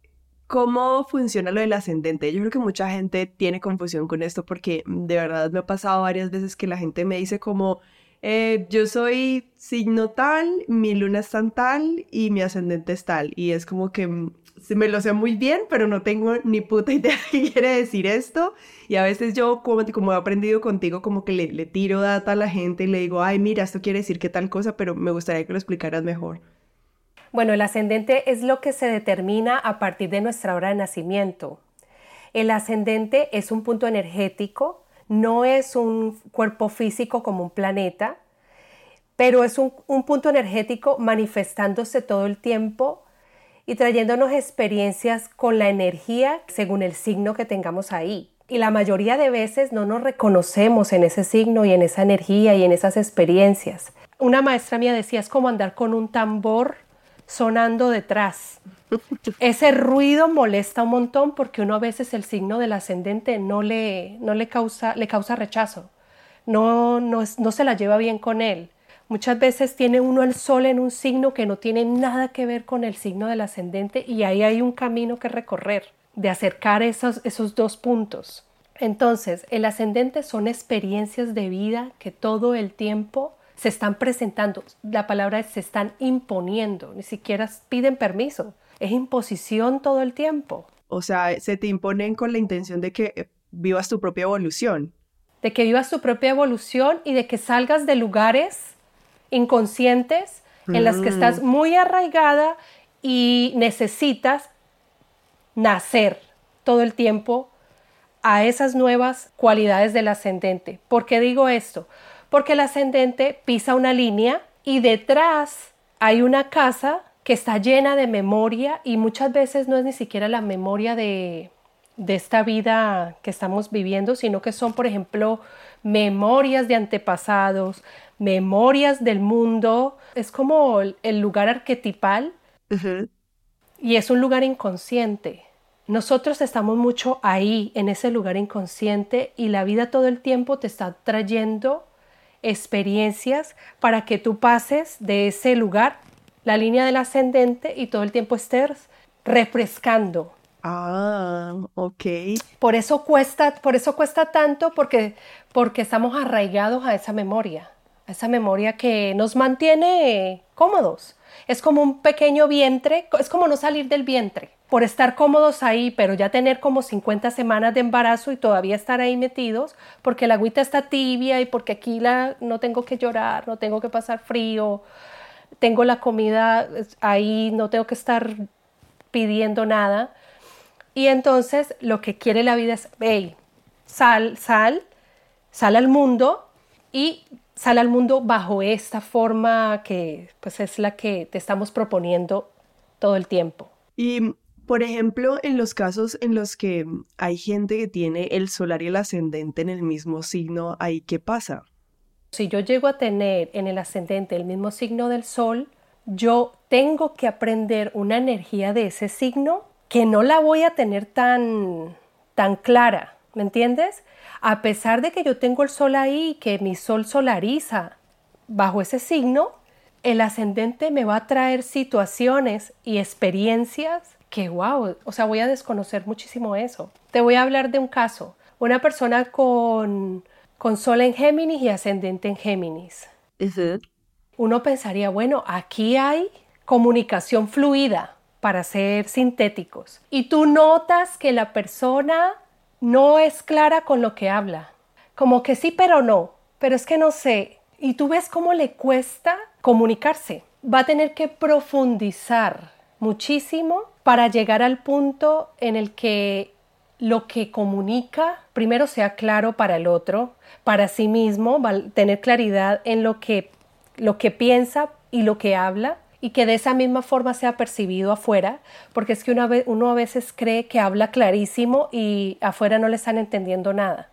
¿cómo funciona lo del ascendente? Yo creo que mucha gente tiene confusión con esto porque mm, de verdad me ha pasado varias veces que la gente me dice como, eh, yo soy signo tal, mi luna es tan tal y mi ascendente es tal. Y es como que mm, sí me lo sé muy bien, pero no tengo ni puta idea de qué quiere decir esto. Y a veces yo, como, como he aprendido contigo, como que le, le tiro data a la gente y le digo, ay, mira, esto quiere decir qué tal cosa, pero me gustaría que lo explicaras mejor. Bueno, el ascendente es lo que se determina a partir de nuestra hora de nacimiento. El ascendente es un punto energético, no es un cuerpo físico como un planeta, pero es un, un punto energético manifestándose todo el tiempo y trayéndonos experiencias con la energía según el signo que tengamos ahí. Y la mayoría de veces no nos reconocemos en ese signo y en esa energía y en esas experiencias. Una maestra mía decía, es como andar con un tambor sonando detrás. Ese ruido molesta un montón porque uno a veces el signo del ascendente no le, no le, causa, le causa rechazo, no, no, no se la lleva bien con él. Muchas veces tiene uno el sol en un signo que no tiene nada que ver con el signo del ascendente y ahí hay un camino que recorrer, de acercar esos, esos dos puntos. Entonces, el ascendente son experiencias de vida que todo el tiempo se están presentando. La palabra es se están imponiendo, ni siquiera piden permiso. Es imposición todo el tiempo. O sea, se te imponen con la intención de que eh, vivas tu propia evolución. De que vivas tu propia evolución y de que salgas de lugares inconscientes en las que estás muy arraigada y necesitas nacer todo el tiempo a esas nuevas cualidades del ascendente. ¿Por qué digo esto? Porque el ascendente pisa una línea y detrás hay una casa que está llena de memoria y muchas veces no es ni siquiera la memoria de, de esta vida que estamos viviendo, sino que son, por ejemplo, memorias de antepasados, memorias del mundo. Es como el, el lugar arquetipal Uh-huh. y es un lugar inconsciente. Nosotros estamos mucho ahí, en ese lugar inconsciente, y la vida todo el tiempo te está trayendo experiencias para que tú pases de ese lugar, la línea del ascendente, y todo el tiempo estés refrescando. Ah, ok. Por eso cuesta, por eso cuesta tanto, porque, porque estamos arraigados a esa memoria, a esa memoria que nos mantiene cómodos. Es como un pequeño vientre, es como no salir del vientre, por estar cómodos ahí, pero ya tener como cincuenta semanas de embarazo y todavía estar ahí metidos, porque la agüita está tibia y porque aquí la, no tengo que llorar, no tengo que pasar frío, tengo la comida ahí, no tengo que estar pidiendo nada. Y entonces lo que quiere la vida es, hey, sal, sal, sal al mundo y sal al mundo bajo esta forma que pues es la que te estamos proponiendo todo el tiempo. Y, por ejemplo, en los casos en los que hay gente que tiene el solar y el ascendente en el mismo signo, ¿ahí qué pasa? Si yo llego a tener en el ascendente el mismo signo del sol, yo tengo que aprender una energía de ese signo que no la voy a tener tan, tan clara, ¿me entiendes? a pesar de que yo tengo el sol ahí, que mi sol solariza bajo ese signo, el ascendente me va a traer situaciones y experiencias que, wow, o sea, voy a desconocer muchísimo eso. Te voy a hablar de un caso. Una persona con, con sol en Géminis y ascendente en Géminis. Uh-huh. Uno pensaría, bueno, aquí hay comunicación fluida, para ser sintéticos. Y tú notas que la persona no es clara con lo que habla. Como que sí, pero no. Pero es que no sé. Y tú ves cómo le cuesta comunicarse. Va a tener que profundizar muchísimo para llegar al punto en el que lo que comunica primero sea claro para el otro, para sí mismo, va a tener claridad en lo que, lo que piensa y lo que habla, y que de esa misma forma sea percibido afuera, porque es que uno, uno a veces cree que habla clarísimo y afuera no le están entendiendo nada.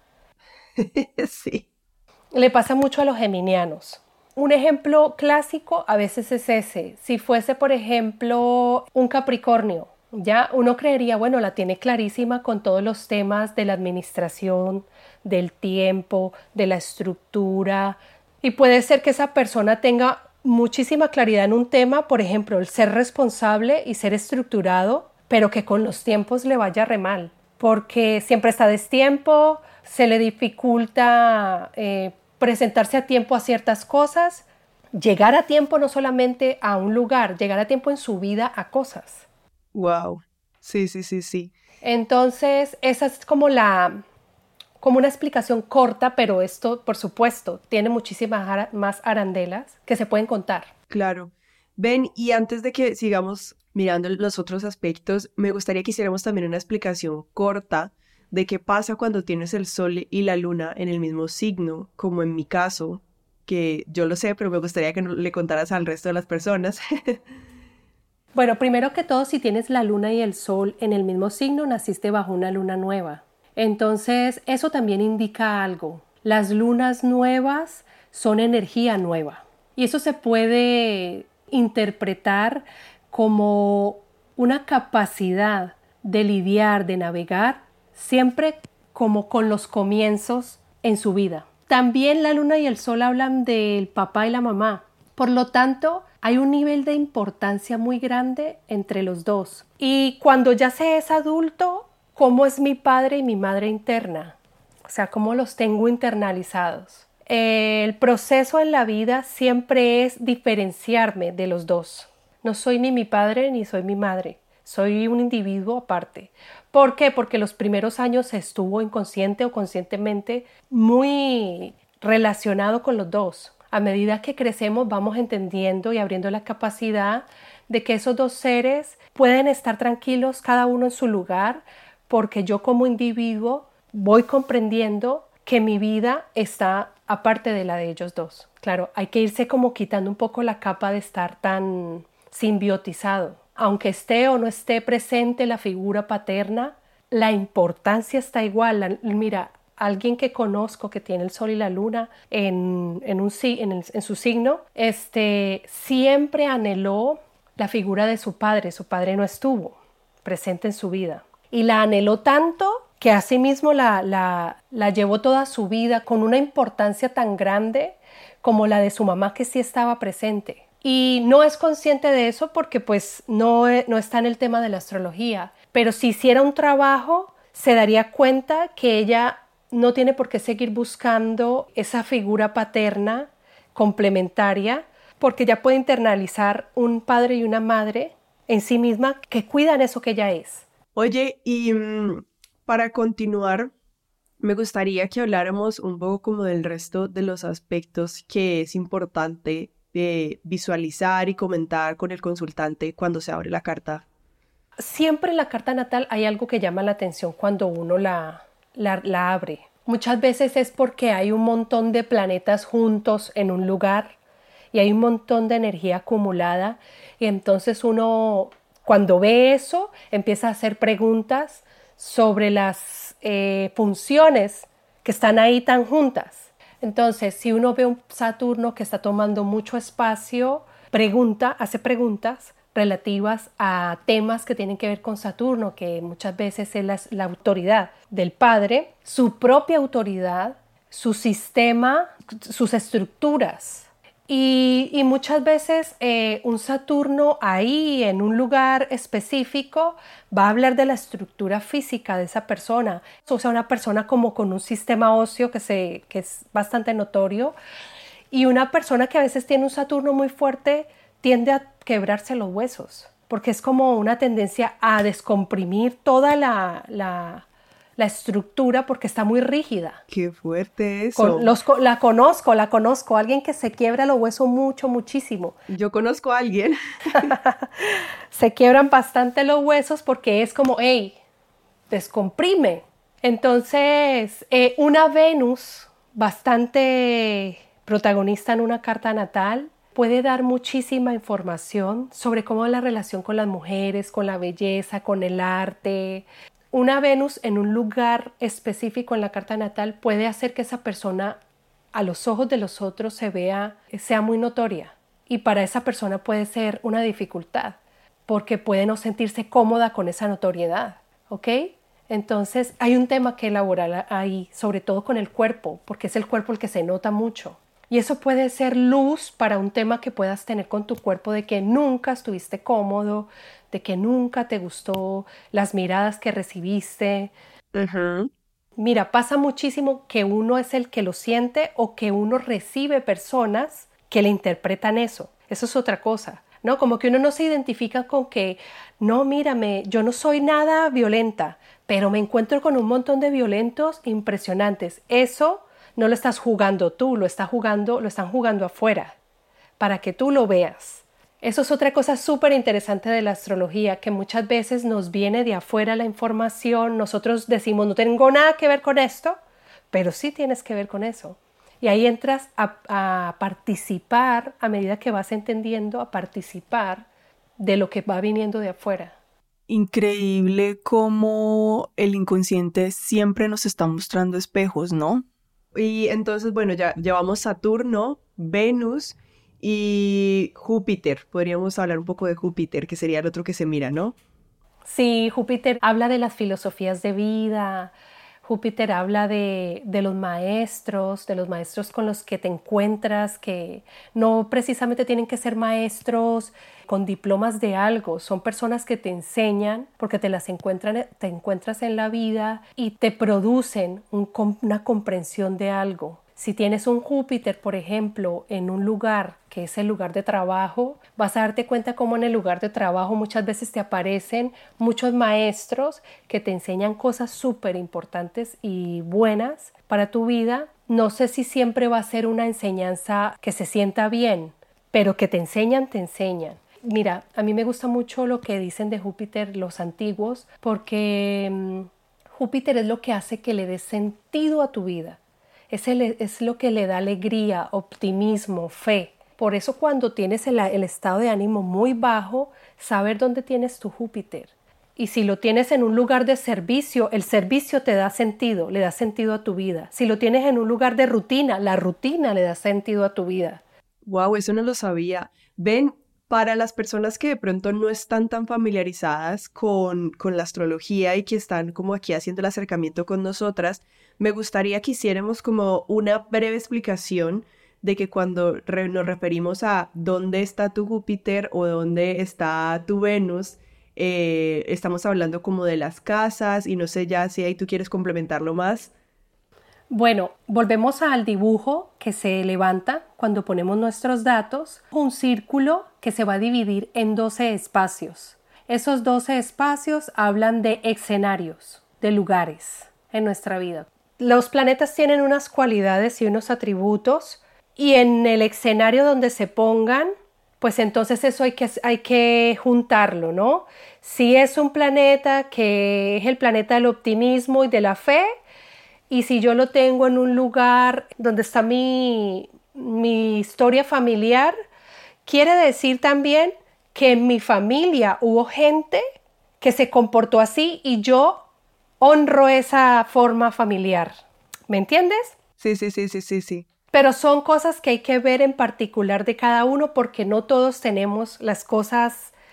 Sí. Le pasa mucho a los geminianos. Un ejemplo clásico a veces es ese. Si fuese, por ejemplo, un Capricornio, ya uno creería, bueno, la tiene clarísima con todos los temas de la administración, del tiempo, de la estructura, y puede ser que esa persona tenga muchísima claridad en un tema, por ejemplo, el ser responsable y ser estructurado, pero que con los tiempos le vaya re mal, porque siempre está a destiempo, se le dificulta eh, presentarse a tiempo a ciertas cosas, llegar a tiempo no solamente a un lugar, llegar a tiempo en su vida a cosas. Wow. Sí, sí, sí, sí. Entonces, esa es como la... como una explicación corta, pero esto, por supuesto, tiene muchísimas ara- más arandelas que se pueden contar. Claro. Ven, y antes de que sigamos mirando los otros aspectos, me gustaría que hiciéramos también una explicación corta de qué pasa cuando tienes el sol y la luna en el mismo signo, como en mi caso, que yo lo sé, pero me gustaría que no- le contaras al resto de las personas. Bueno, primero que todo, si tienes la luna y el sol en el mismo signo, naciste bajo una luna nueva. Entonces, eso también indica algo. Las lunas nuevas son energía nueva. Y eso se puede interpretar como una capacidad de lidiar, de navegar, siempre como con los comienzos en su vida. También la luna y el sol hablan del papá y la mamá. Por lo tanto, hay un nivel de importancia muy grande entre los dos. Y cuando ya se es adulto, ¿cómo es mi padre y mi madre interna? O sea, ¿cómo los tengo internalizados? El proceso en la vida siempre es diferenciarme de los dos. No soy ni mi padre ni soy mi madre. Soy un individuo aparte. ¿Por qué? Porque los primeros años estuvo inconsciente o conscientemente muy relacionado con los dos. A medida que crecemos vamos entendiendo y abriendo la capacidad de que esos dos seres pueden estar tranquilos cada uno en su lugar, porque yo como individuo voy comprendiendo que mi vida está aparte de la de ellos dos. Claro, hay que irse como quitando un poco la capa de estar tan simbiotizado. Aunque esté o no esté presente la figura paterna, la importancia está igual. La, mira, alguien que conozco que tiene el sol y la luna en, en, un, en, el, en su signo, este, siempre anheló la figura de su padre. Su padre no estuvo presente en su vida. Y la anheló tanto que asimismo la, la, la llevó toda su vida con una importancia tan grande como la de su mamá, que sí estaba presente. Y no es consciente de eso porque pues no, no está en el tema de la astrología. Pero si hiciera un trabajo, se daría cuenta que ella no tiene por qué seguir buscando esa figura paterna complementaria, porque ya puede internalizar un padre y una madre en sí misma que cuidan eso que ella es. Oye, y um, para continuar, me gustaría que habláramos un poco como del resto de los aspectos que es importante eh, visualizar y comentar con el consultante cuando se abre la carta. Siempre en la carta natal hay algo que llama la atención cuando uno la, la, la abre. Muchas veces es porque hay un montón de planetas juntos en un lugar y hay un montón de energía acumulada, y entonces uno, cuando ve eso, empieza a hacer preguntas sobre las eh, funciones que están ahí tan juntas. Entonces, si uno ve un Saturno que está tomando mucho espacio, pregunta, hace preguntas relativas a temas que tienen que ver con Saturno, que muchas veces es la, la autoridad del padre, su propia autoridad, su sistema, sus estructuras. Y, y muchas veces eh, un Saturno ahí en un lugar específico va a hablar de la estructura física de esa persona. O sea, una persona como con un sistema óseo que, se, que es bastante notorio, y una persona que a veces tiene un Saturno muy fuerte tiende a quebrarse los huesos, porque es como una tendencia a descomprimir toda la... la la estructura porque está muy rígida. Qué fuerte eso. Con, los, la conozco, la conozco. Alguien que se quiebra los huesos mucho, muchísimo. Yo conozco a alguien. Se quiebran bastante los huesos porque es como, hey, descomprime. Entonces, eh, una Venus bastante protagonista en una carta natal puede dar muchísima información sobre cómo es la relación con las mujeres, con la belleza, con el arte. Una Venus en un lugar específico en la carta natal puede hacer que esa persona a los ojos de los otros se vea, sea muy notoria, y para esa persona puede ser una dificultad porque puede no sentirse cómoda con esa notoriedad, ¿ok? Entonces hay un tema que elaborar ahí, sobre todo con el cuerpo, porque es el cuerpo el que se nota mucho. Y eso puede ser luz para un tema que puedas tener con tu cuerpo, de que nunca estuviste cómodo, de que nunca te gustó las miradas que recibiste. Uh-huh. Mira, pasa muchísimo que uno es el que lo siente o que uno recibe personas que le interpretan eso. Eso es otra cosa, ¿no? Como que uno no se identifica con que, no, mírame, yo no soy nada violenta, pero me encuentro con un montón de violentos impresionantes. Eso no lo estás jugando tú, lo está jugando, lo están jugando afuera, para que tú lo veas. Eso es otra cosa súper interesante de la astrología, que muchas veces nos viene de afuera la información, nosotros decimos, no tengo nada que ver con esto, pero sí tienes que ver con eso. Y ahí entras a, a participar, a medida que vas entendiendo, a participar de lo que va viniendo de afuera. Increíble cómo el inconsciente siempre nos está mostrando espejos, ¿no? Y entonces, bueno, ya llevamos Saturno, Venus y Júpiter. Podríamos hablar un poco de Júpiter, que sería el otro que se mira, ¿no? Sí, Júpiter habla de las filosofías de vida. Júpiter habla de, de los maestros, de los maestros con los que te encuentras, que no precisamente tienen que ser maestros con diplomas de algo, son personas que te enseñan porque te las encuentran, te encuentras en la vida y te producen un, una comprensión de algo. Si tienes un Júpiter, por ejemplo, en un lugar que es el lugar de trabajo, vas a darte cuenta cómo en el lugar de trabajo muchas veces te aparecen muchos maestros que te enseñan cosas súper importantes y buenas para tu vida. No sé si siempre va a ser una enseñanza que se sienta bien, pero que te enseñan, te enseñan. Mira, a mí me gusta mucho lo que dicen de Júpiter los antiguos, porque mmm, Júpiter es lo que hace que le dé sentido a tu vida. Es, el, es lo que le da alegría, optimismo, fe. Por eso cuando tienes el, el estado de ánimo muy bajo, saber dónde tienes tu Júpiter. Y si lo tienes en un lugar de servicio, el servicio te da sentido, le da sentido a tu vida. Si lo tienes en un lugar de rutina, la rutina le da sentido a tu vida. Wow, eso no lo sabía. Ven, para las personas que de pronto no están tan familiarizadas con, con la astrología y que están como aquí haciendo el acercamiento con nosotras, me gustaría que hiciéramos como una breve explicación de que cuando re- nos referimos a dónde está tu Júpiter o dónde está tu Venus, eh, estamos hablando como de las casas y no sé ya si ahí tú quieres complementarlo más. Bueno, volvemos al dibujo que se levanta cuando ponemos nuestros datos, un círculo que se va a dividir en doce espacios. Esos doce espacios hablan de escenarios, de lugares en nuestra vida. Los planetas tienen unas cualidades y unos atributos y en el escenario donde se pongan, pues entonces eso hay que, hay que juntarlo, ¿no? Si es un planeta que es el planeta del optimismo y de la fe, y si yo lo tengo en un lugar donde está mi, mi historia familiar, quiere decir también que en mi familia hubo gente que se comportó así y yo honro esa forma familiar. ¿Me entiendes? Sí, sí, sí, sí, sí, sí. Pero son cosas que hay que ver en particular de cada uno porque no todos tenemos las cosas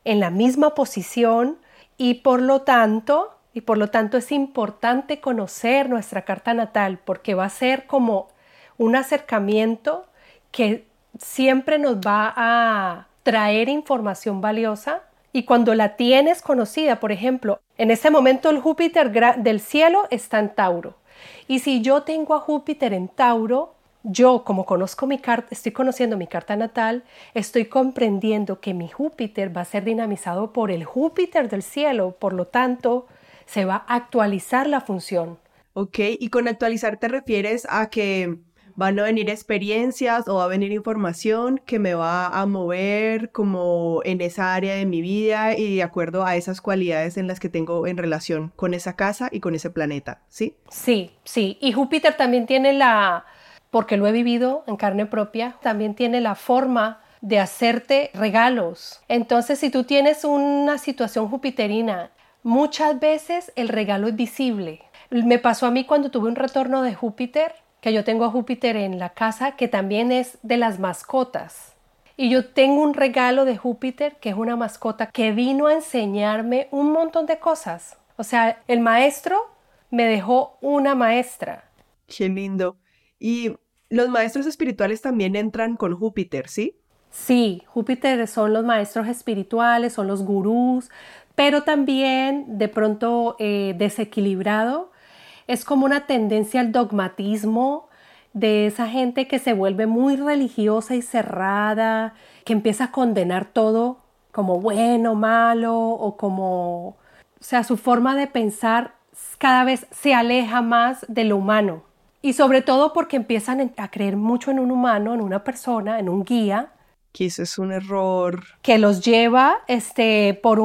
en la misma posición y por lo tanto, y por lo tanto es importante conocer nuestra carta natal porque va a ser como un acercamiento que siempre nos va a traer información valiosa. Y cuando la tienes conocida, por ejemplo, en este momento el Júpiter del cielo está en Tauro. Y si yo tengo a Júpiter en Tauro, yo como conozco mi carta, estoy conociendo mi carta natal, estoy comprendiendo que mi Júpiter va a ser dinamizado por el Júpiter del cielo, por lo tanto, se va a actualizar la función. Ok, y con actualizar te refieres a que van a venir experiencias o va a venir información que me va a mover como en esa área de mi vida y de acuerdo a esas cualidades en las que tengo en relación con esa casa y con ese planeta, ¿sí? Sí, sí. Y Júpiter también tiene la, porque lo he vivido en carne propia, también tiene la forma de hacerte regalos. Entonces, si tú tienes una situación jupiterina, muchas veces el regalo es visible. Me pasó a mí cuando tuve un retorno de Júpiter, que yo tengo a Júpiter en la casa, que también es de las mascotas. Y yo tengo un regalo de Júpiter, que es una mascota que vino a enseñarme un montón de cosas. O sea, el maestro me dejó una maestra. Qué lindo. Y los maestros espirituales también entran con Júpiter, ¿sí? Sí, Júpiter son los maestros espirituales, son los gurús, pero también de pronto eh, desequilibrado. Es como una tendencia al dogmatismo de esa gente que se vuelve muy religiosa y cerrada, que empieza a condenar todo como bueno, malo o como... O sea, su forma de pensar cada vez se aleja más de lo humano. Y sobre todo porque empiezan a creer mucho en un humano, en una persona, en un guía. Que eso es un error. Que los lleva este, por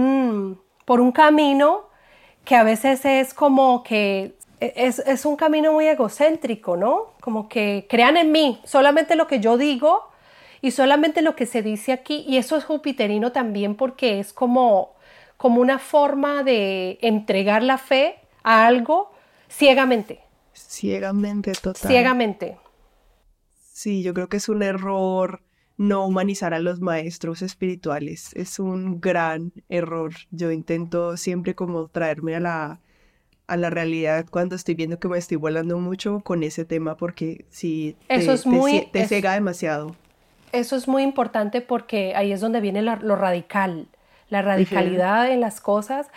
un, por un camino que a veces es como que es, es un camino muy egocéntrico, ¿no? Como que crean en mí, solamente lo que yo digo y solamente lo que se dice aquí. Y eso es jupiterino también porque es como, como una forma de entregar la fe a algo ciegamente. Ciegamente, total. Ciegamente. Sí, yo creo que es un error no humanizar a los maestros espirituales. Es un gran error. Yo intento siempre como traerme a la, a la realidad cuando estoy viendo que me estoy volando mucho con ese tema porque sí, te, Eso es muy, te, te es, ciega demasiado. Eso es muy importante porque ahí es donde viene la, lo radical, la radicalidad uh-huh. en las cosas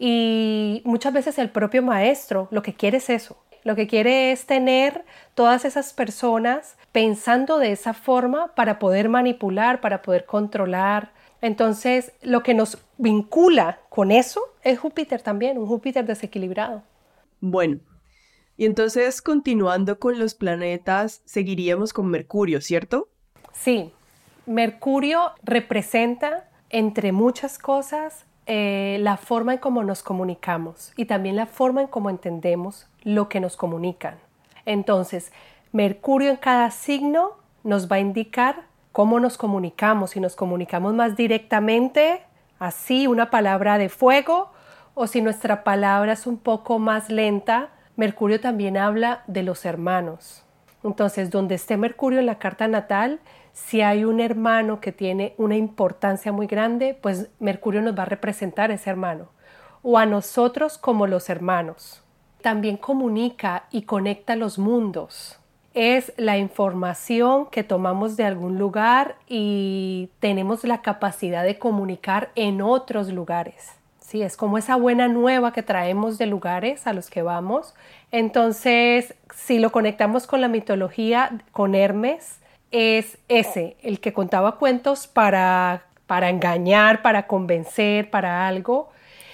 y muchas veces el propio maestro lo que quiere es eso. Lo que quiere es tener todas esas personas pensando de esa forma para poder manipular, para poder controlar. Entonces, lo que nos vincula con eso es Júpiter también, un Júpiter desequilibrado. Bueno, y entonces continuando con los planetas, seguiríamos con Mercurio, ¿cierto? Sí, Mercurio representa, entre muchas cosas, eh, la forma en cómo nos comunicamos y también la forma en cómo entendemos lo que nos comunican. Entonces, Mercurio en cada signo nos va a indicar cómo nos comunicamos, si nos comunicamos más directamente, así una palabra de fuego, o si nuestra palabra es un poco más lenta. Mercurio también habla de los hermanos. Entonces, donde esté Mercurio en la carta natal, si hay un hermano que tiene una importancia muy grande, pues Mercurio nos va a representar ese hermano, o a nosotros como los hermanos. También comunica y conecta los mundos. Es la información que tomamos de algún lugar y tenemos la capacidad de comunicar en otros lugares. Sí, es como esa buena nueva que traemos de lugares a los que vamos. Entonces, si lo conectamos con la mitología, con Hermes, es ese, el que contaba cuentos para, para engañar, para convencer, para algo.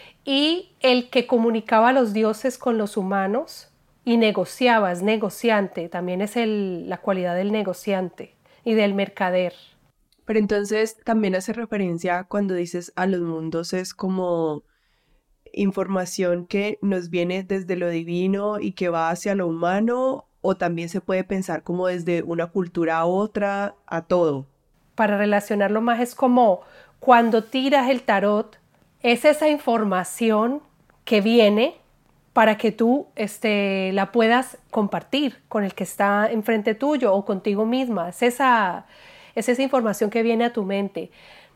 Y el que comunicaba a los dioses con los humanos y negociaba, es negociante, también es el, la cualidad del negociante y del mercader. Pero entonces también hace referencia cuando dices a los mundos, es como información que nos viene desde lo divino y que va hacia lo humano, o también se puede pensar como desde una cultura a otra, a todo. Para relacionarlo más es como cuando tiras el tarot, es esa información que viene para que tú este, la puedas compartir con el que está enfrente tuyo o contigo misma. Es esa, es esa información que viene a tu mente.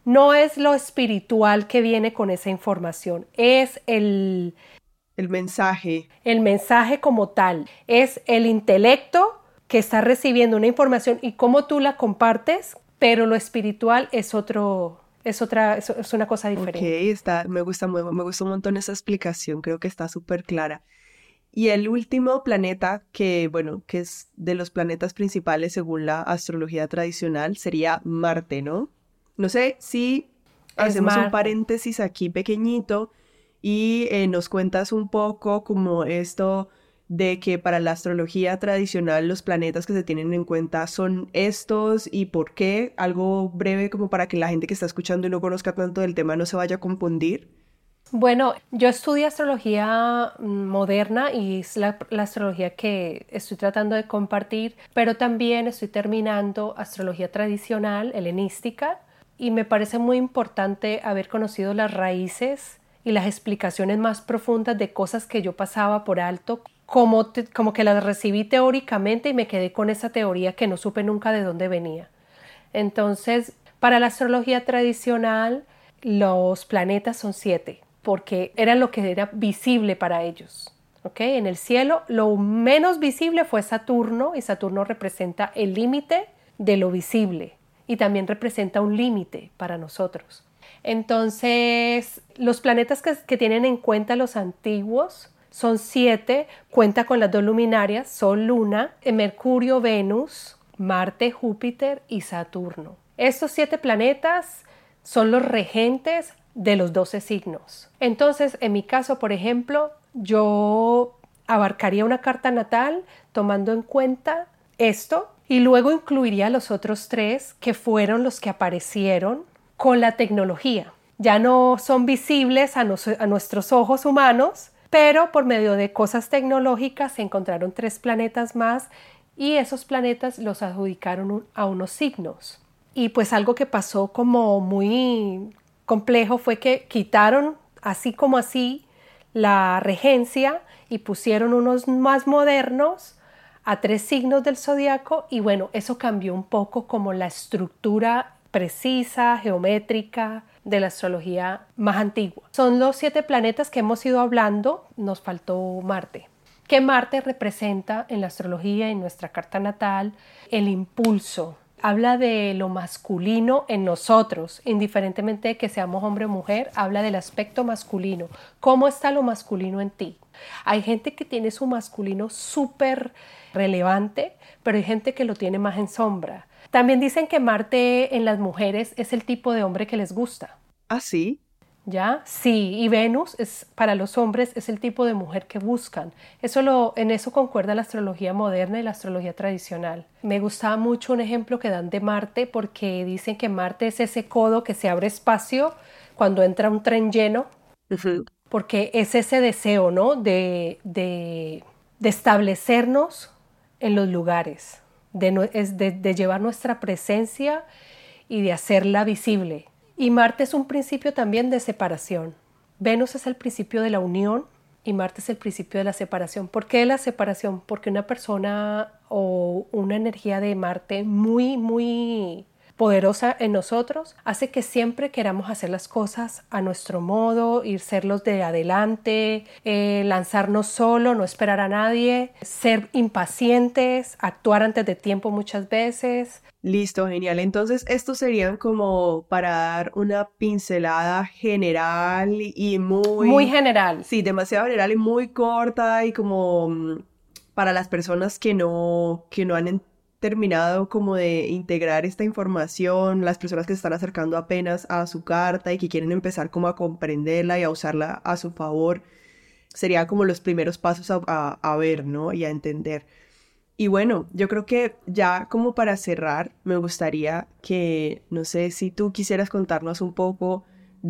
no es lo espiritual que viene con esa información, es el, el mensaje. El mensaje como tal, es el intelecto que está recibiendo una información y cómo tú la compartes, pero lo espiritual es otro, es otra, es, es una cosa diferente. Ok, está, me gusta, me, me gusta un montón esa explicación, creo que está súper clara. Y el último planeta que, bueno, que es de los planetas principales según la astrología tradicional, sería Marte, ¿no? No sé si Es hacemos Marte. un paréntesis aquí pequeñito y eh, nos cuentas un poco como esto de que para la astrología tradicional los planetas que se tienen en cuenta son estos y por qué, algo breve como para que la gente que está escuchando y no conozca tanto del tema no se vaya a confundir. Bueno, yo estudio astrología moderna y es la, la astrología que estoy tratando de compartir, pero también estoy terminando astrología tradicional, helenística, y me parece muy importante haber conocido las raíces y las explicaciones más profundas de cosas que yo pasaba por alto, como, te, como que las recibí teóricamente y me quedé con esa teoría que no supe nunca de dónde venía. Entonces, para la astrología tradicional, los planetas son siete, porque era lo que era visible para ellos. ¿Okay? En el cielo, lo menos visible fue Saturno, y Saturno representa el límite de lo visible y también representa un límite para nosotros. Entonces, los planetas que, que tienen en cuenta los antiguos son siete, cuenta con las dos luminarias, Sol, Luna, Mercurio, Venus, Marte, Júpiter y Saturno. Estos siete planetas son los regentes de los doce signos. Entonces, en mi caso, por ejemplo, yo abarcaría una carta natal tomando en cuenta esto y luego incluiría los otros tres que fueron los que aparecieron con la tecnología. Ya no son visibles a, nos- a nuestros ojos humanos, pero por medio de cosas tecnológicas se encontraron tres planetas más y esos planetas los adjudicaron un- a unos signos. Y pues algo que pasó como muy complejo fue que quitaron así como así la regencia y pusieron unos más modernos a tres signos del zodiaco y bueno, eso cambió un poco como la estructura precisa, geométrica de la astrología más antigua. Son los siete planetas que hemos ido hablando, nos faltó Marte. Que Marte representa en la astrología, en nuestra carta natal, el impulso. Habla de lo masculino en nosotros, indiferentemente de que seamos hombre o mujer, habla del aspecto masculino. ¿Cómo está lo masculino en ti? Hay gente que tiene su masculino súper relevante, pero hay gente que lo tiene más en sombra. También dicen que Marte en las mujeres es el tipo de hombre que les gusta. ¿Ah, sí? ¿Ya? Sí, y Venus es, para los hombres es el tipo de mujer que buscan. Eso lo, en eso concuerda la astrología moderna y la astrología tradicional. Me gustaba mucho un ejemplo que dan de Marte porque dicen que Marte es ese codo que se abre espacio cuando entra un tren lleno, Uh-huh. porque es ese deseo, ¿no? De, de, de establecernos en los lugares, de, no- es de, de llevar nuestra presencia y de hacerla visible. Y Marte es un principio también de separación. Venus es el principio de la unión y Marte es el principio de la separación. ¿Por qué la separación? Porque una persona o una energía de Marte muy, muy poderosa en nosotros hace que siempre queramos hacer las cosas a nuestro modo, ir ser los de adelante, eh, lanzarnos solo, no esperar a nadie, ser impacientes, actuar antes de tiempo muchas veces. Listo, genial. Entonces, estos serían como para dar una pincelada general y muy... Muy general. Sí, demasiado general y muy corta y como mm, para las personas que no, que no han en- terminado como de integrar esta información, las personas que se están acercando apenas a su carta y que quieren empezar como a comprenderla y a usarla a su favor, sería como los primeros pasos a, a a ver, ¿no? Y a entender. Y bueno, yo creo que ya como para cerrar, me gustaría que, no sé si tú quisieras contarnos un poco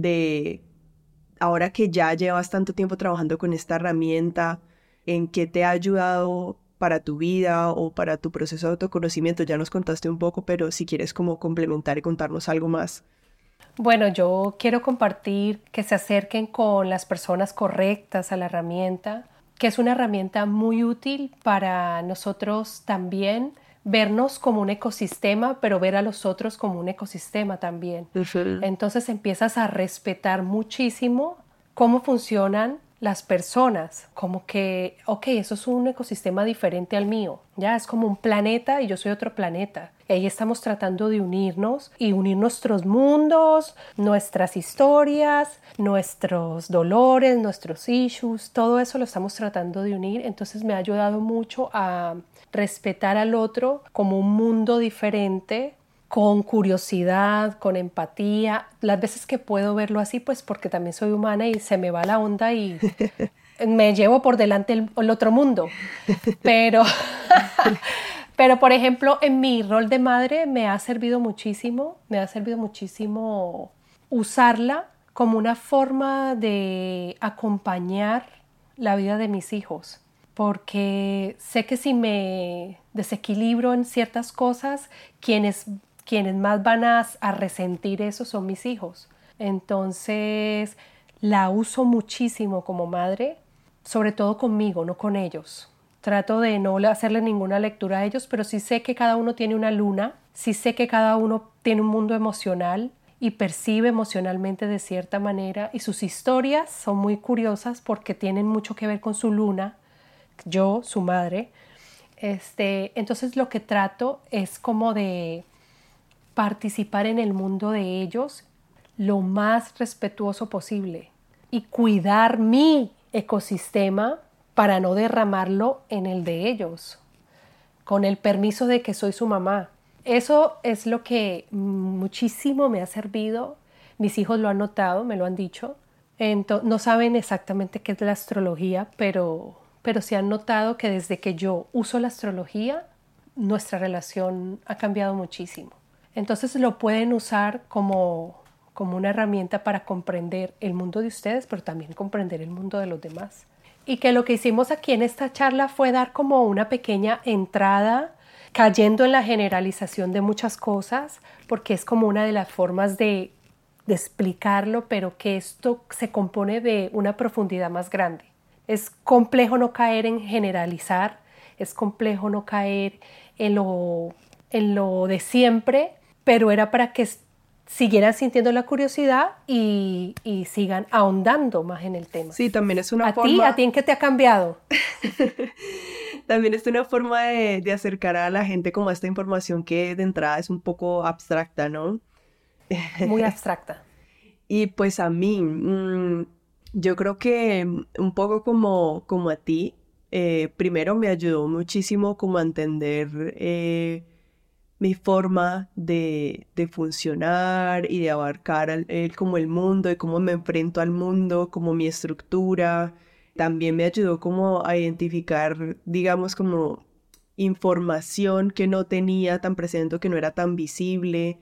de, ahora que ya llevas tanto tiempo trabajando con esta herramienta, en qué te ha ayudado para tu vida o para tu proceso de autoconocimiento. Ya nos contaste un poco, pero si quieres como complementar y contarnos algo más. Bueno, yo quiero compartir que se acerquen con las personas correctas a la herramienta, que es una herramienta muy útil para nosotros también vernos como un ecosistema, pero ver a los otros como un ecosistema también. Uh-huh. Entonces empiezas a respetar muchísimo cómo funcionan las personas, como que, ok, eso es un ecosistema diferente al mío, ya es como un planeta y yo soy otro planeta. Y ahí estamos tratando de unirnos y unir nuestros mundos, nuestras historias, nuestros dolores, nuestros issues, todo eso lo estamos tratando de unir. Entonces me ha ayudado mucho a respetar al otro como un mundo diferente, con curiosidad, con empatía. Las veces que puedo verlo así, pues porque también soy humana y se me va la onda y me llevo por delante el, el otro mundo. Pero, pero, por ejemplo, en mi rol de madre me ha servido muchísimo, me ha servido muchísimo usarla como una forma de acompañar la vida de mis hijos. Porque sé que si me desequilibro en ciertas cosas, quienes quienes más van a, a resentir eso son mis hijos. Entonces la uso muchísimo como madre, sobre todo conmigo, no con ellos. Trato de no hacerle ninguna lectura a ellos, pero sí sé que cada uno tiene una luna, sí sé que cada uno tiene un mundo emocional y percibe emocionalmente de cierta manera, y sus historias son muy curiosas porque tienen mucho que ver con su luna, yo, su madre. Este, entonces lo que trato es como de participar en el mundo de ellos lo más respetuoso posible y cuidar mi ecosistema para no derramarlo en el de ellos, con el permiso de que soy su mamá. Eso es lo que muchísimo me ha servido. Mis hijos lo han notado, me lo han dicho. Entonces, no saben exactamente qué es la astrología, pero, pero sí han notado que desde que yo uso la astrología, nuestra relación ha cambiado muchísimo. Entonces lo pueden usar como, como una herramienta para comprender el mundo de ustedes, pero también comprender el mundo de los demás. Y que lo que hicimos aquí en esta charla fue dar como una pequeña entrada, cayendo en la generalización de muchas cosas, porque es como una de las formas de, de explicarlo, pero que esto se compone de una profundidad más grande. Es complejo no caer en generalizar, es complejo no caer en lo, en lo de siempre, pero era para que siguieran sintiendo la curiosidad y, y sigan ahondando más en el tema. Sí, también es una ¿A forma... ti? ¿A ti en qué te ha cambiado? También es una forma de, de acercar a la gente como a esta información que de entrada es un poco abstracta, ¿no? Muy abstracta. Y pues a mí, mmm, yo creo que un poco como, como a ti, eh, primero me ayudó muchísimo como a entender... Eh, mi forma de, de funcionar y de abarcar el, el, como el mundo y cómo me enfrento al mundo, como mi estructura. También me ayudó como a identificar, digamos, como información que no tenía tan presente, que no era tan visible.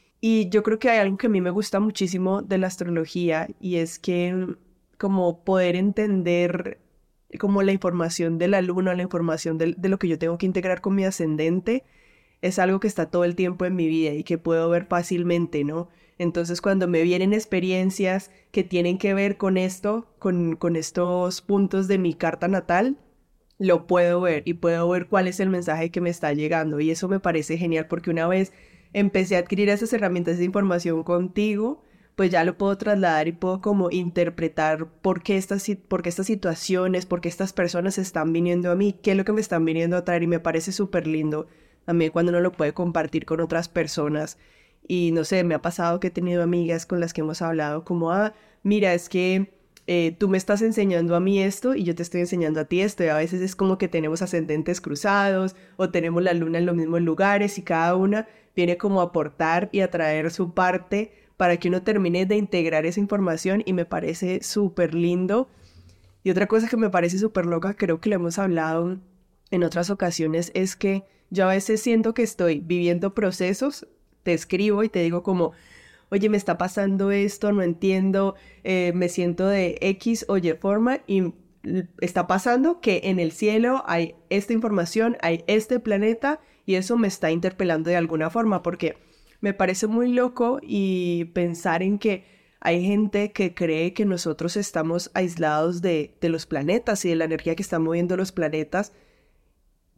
Y yo creo que hay algo que a mí me gusta muchísimo de la astrología y es que como poder entender como la información de la luna, la información de, de lo que yo tengo que integrar con mi ascendente, es algo que está todo el tiempo en mi vida y que puedo ver fácilmente, ¿no? Entonces, cuando me vienen experiencias que tienen que ver con esto, con, con estos puntos de mi carta natal, lo puedo ver y puedo ver cuál es el mensaje que me está llegando. Y eso me parece genial porque una vez empecé a adquirir esas herramientas de información contigo, pues ya lo puedo trasladar y puedo como interpretar por qué estas, por qué estas situaciones, por qué estas personas están viniendo a mí, qué es lo que me están viniendo a traer, y me parece súper lindo también cuando uno lo puede compartir con otras personas. Y no sé, me ha pasado que he tenido amigas con las que hemos hablado como, ah, mira, es que eh, tú me estás enseñando a mí esto y yo te estoy enseñando a ti esto, y a veces es como que tenemos ascendentes cruzados o tenemos la luna en los mismos lugares y cada una viene como a aportar y a traer su parte para que uno termine de integrar esa información, y me parece súper lindo. Y otra cosa que me parece súper loca, creo que lo hemos hablado en otras ocasiones, es que yo a veces siento que estoy viviendo procesos, te escribo y te digo como, oye, me está pasando esto, no entiendo, eh, me siento de X o Y forma, y está pasando que en el cielo hay esta información, hay este planeta, y eso me está interpelando de alguna forma, porque me parece muy loco y pensar en que hay gente que cree que nosotros estamos aislados de, de los planetas y de la energía que están moviendo los planetas,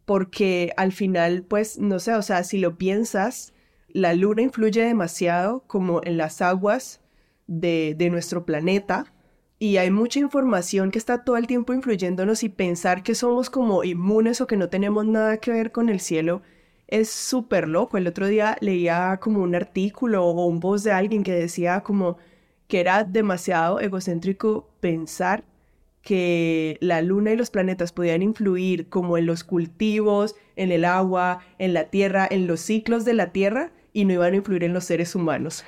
porque al final, pues, no sé, o sea, si lo piensas, la luna influye demasiado como en las aguas de, de nuestro planeta y hay mucha información que está todo el tiempo influyéndonos y pensar que somos como inmunes o que no tenemos nada que ver con el cielo es súper loco. El otro día leía como un artículo o un post de alguien que decía como que era demasiado egocéntrico pensar que la luna y los planetas podían influir como en los cultivos, en el agua, en la tierra, en los ciclos de la tierra y no iban a influir en los seres humanos.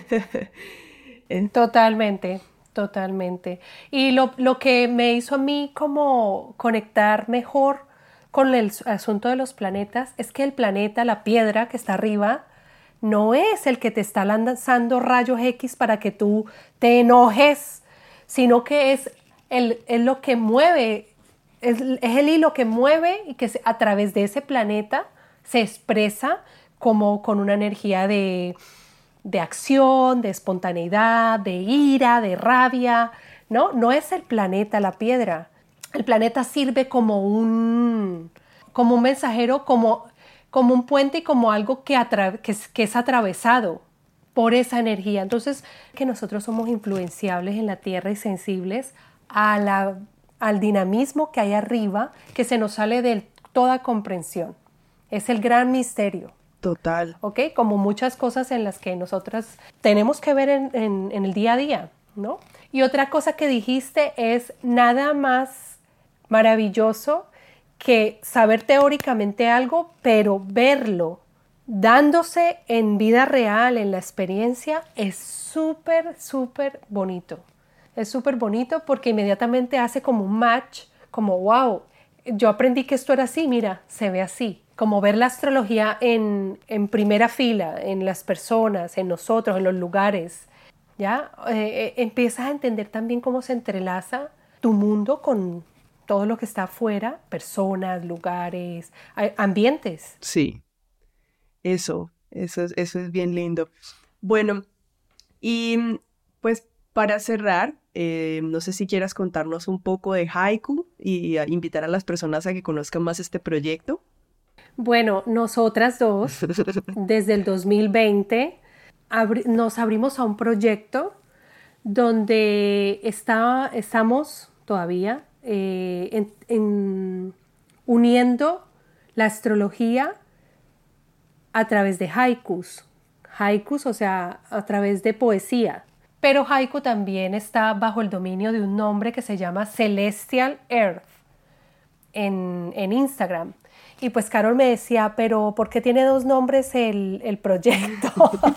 Totalmente, totalmente. Y lo, lo que me hizo a mí como conectar mejor con el asunto de los planetas es que el planeta, la piedra que está arriba, no es el que te está lanzando rayos X para que tú te enojes, sino que es, el, es lo que mueve, es, es el hilo que mueve y que se, a través de ese planeta se expresa como con una energía de, de acción, de espontaneidad, de ira, de rabia, ¿no? No es el planeta, la piedra. El planeta sirve como un, como un mensajero, como, como un puente y como algo que, atra- que, es, que es atravesado por esa energía. Entonces, que nosotros somos influenciables en la Tierra y sensibles a la, al dinamismo que hay arriba, que se nos sale de toda comprensión. Es el gran misterio. Total. ¿Ok? Como muchas cosas en las que nosotras tenemos que ver en, en, en el día a día, ¿no? Y otra cosa que dijiste es nada más maravilloso que saber teóricamente algo, pero verlo dándose en vida real, en la experiencia, es súper, súper bonito. Es súper bonito porque inmediatamente hace como un match, como wow, yo aprendí que esto era así, mira, se ve así. Como ver la astrología en, en primera fila, en las personas, en nosotros, en los lugares, ¿ya? Eh, eh, empiezas a entender también cómo se entrelaza tu mundo con todo lo que está afuera, personas, lugares, ambientes. Sí, eso, eso es, eso es bien lindo. Bueno, y pues para cerrar, eh, no sé si quieras contarnos un poco de Haiku y a invitar a las personas a que conozcan más este proyecto. Bueno, nosotras dos, desde el dos mil veinte, abri- nos abrimos a un proyecto donde está, estamos todavía eh, en, en, uniendo la astrología a través de haikus. Haikus, o sea, a través de poesía. Pero haiku también está bajo el dominio de un nombre que se llama Celestial Earth en, en Instagram. Y pues Carol me decía, pero ¿por qué tiene dos nombres el, el proyecto?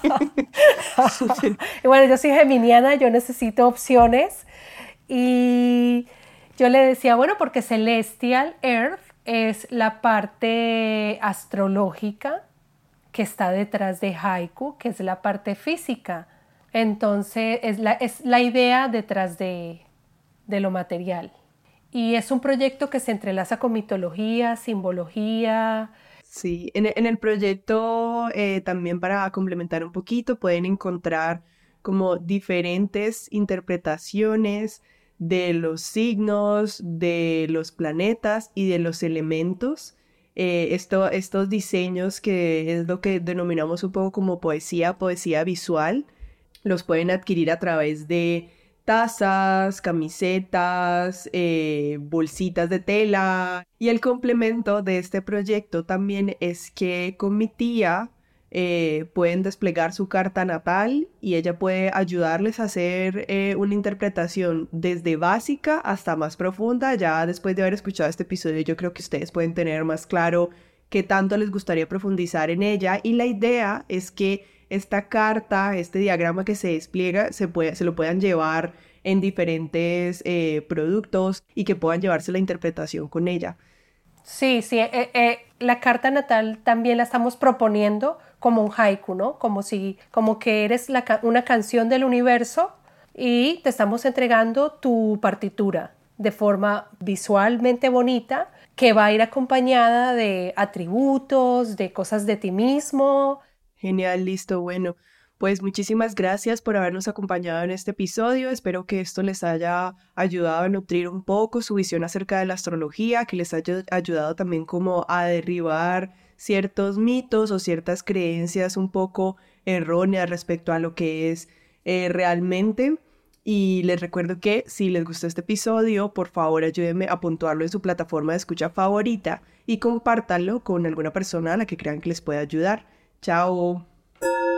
Y bueno, yo soy geminiana, yo necesito opciones. Y yo le decía, bueno, porque Celestial Earth es la parte astrológica que está detrás de haiku, que es la parte física. Entonces, es la, es la idea detrás de, de lo material. Y es un proyecto que se entrelaza con mitología, simbología. Sí, en, en el proyecto eh, también para complementar un poquito pueden encontrar como diferentes interpretaciones de los signos, de los planetas y de los elementos. Eh, esto, estos diseños que es lo que denominamos un poco como poesía, poesía visual, los pueden adquirir a través de tazas, camisetas, eh, bolsitas de tela. Y el complemento de este proyecto también es que con mi tía eh, pueden desplegar su carta natal y ella puede ayudarles a hacer eh, una interpretación desde básica hasta más profunda. Ya después de haber escuchado este episodio, yo creo que ustedes pueden tener más claro qué tanto les gustaría profundizar en ella. Y la idea es que esta carta, este diagrama que se despliega, se, puede, se lo puedan llevar en diferentes eh, productos y que puedan llevarse la interpretación con ella. Sí, sí, eh, eh, la carta natal también la estamos proponiendo como un haiku, ¿no? Como si, como que eres la, una canción del universo y te estamos entregando tu partitura de forma visualmente bonita que va a ir acompañada de atributos, de cosas de ti mismo. Genial, listo, bueno. Pues muchísimas gracias por habernos acompañado en este episodio. Espero que esto les haya ayudado a nutrir un poco su visión acerca de la astrología, que les haya ayudado también como a derribar ciertos mitos o ciertas creencias un poco erróneas respecto a lo que es eh, realmente. Y les recuerdo que si les gustó este episodio, por favor ayúdenme a puntuarlo en su plataforma de escucha favorita y compártanlo con alguna persona a la que crean que les pueda ayudar. ¡Chao!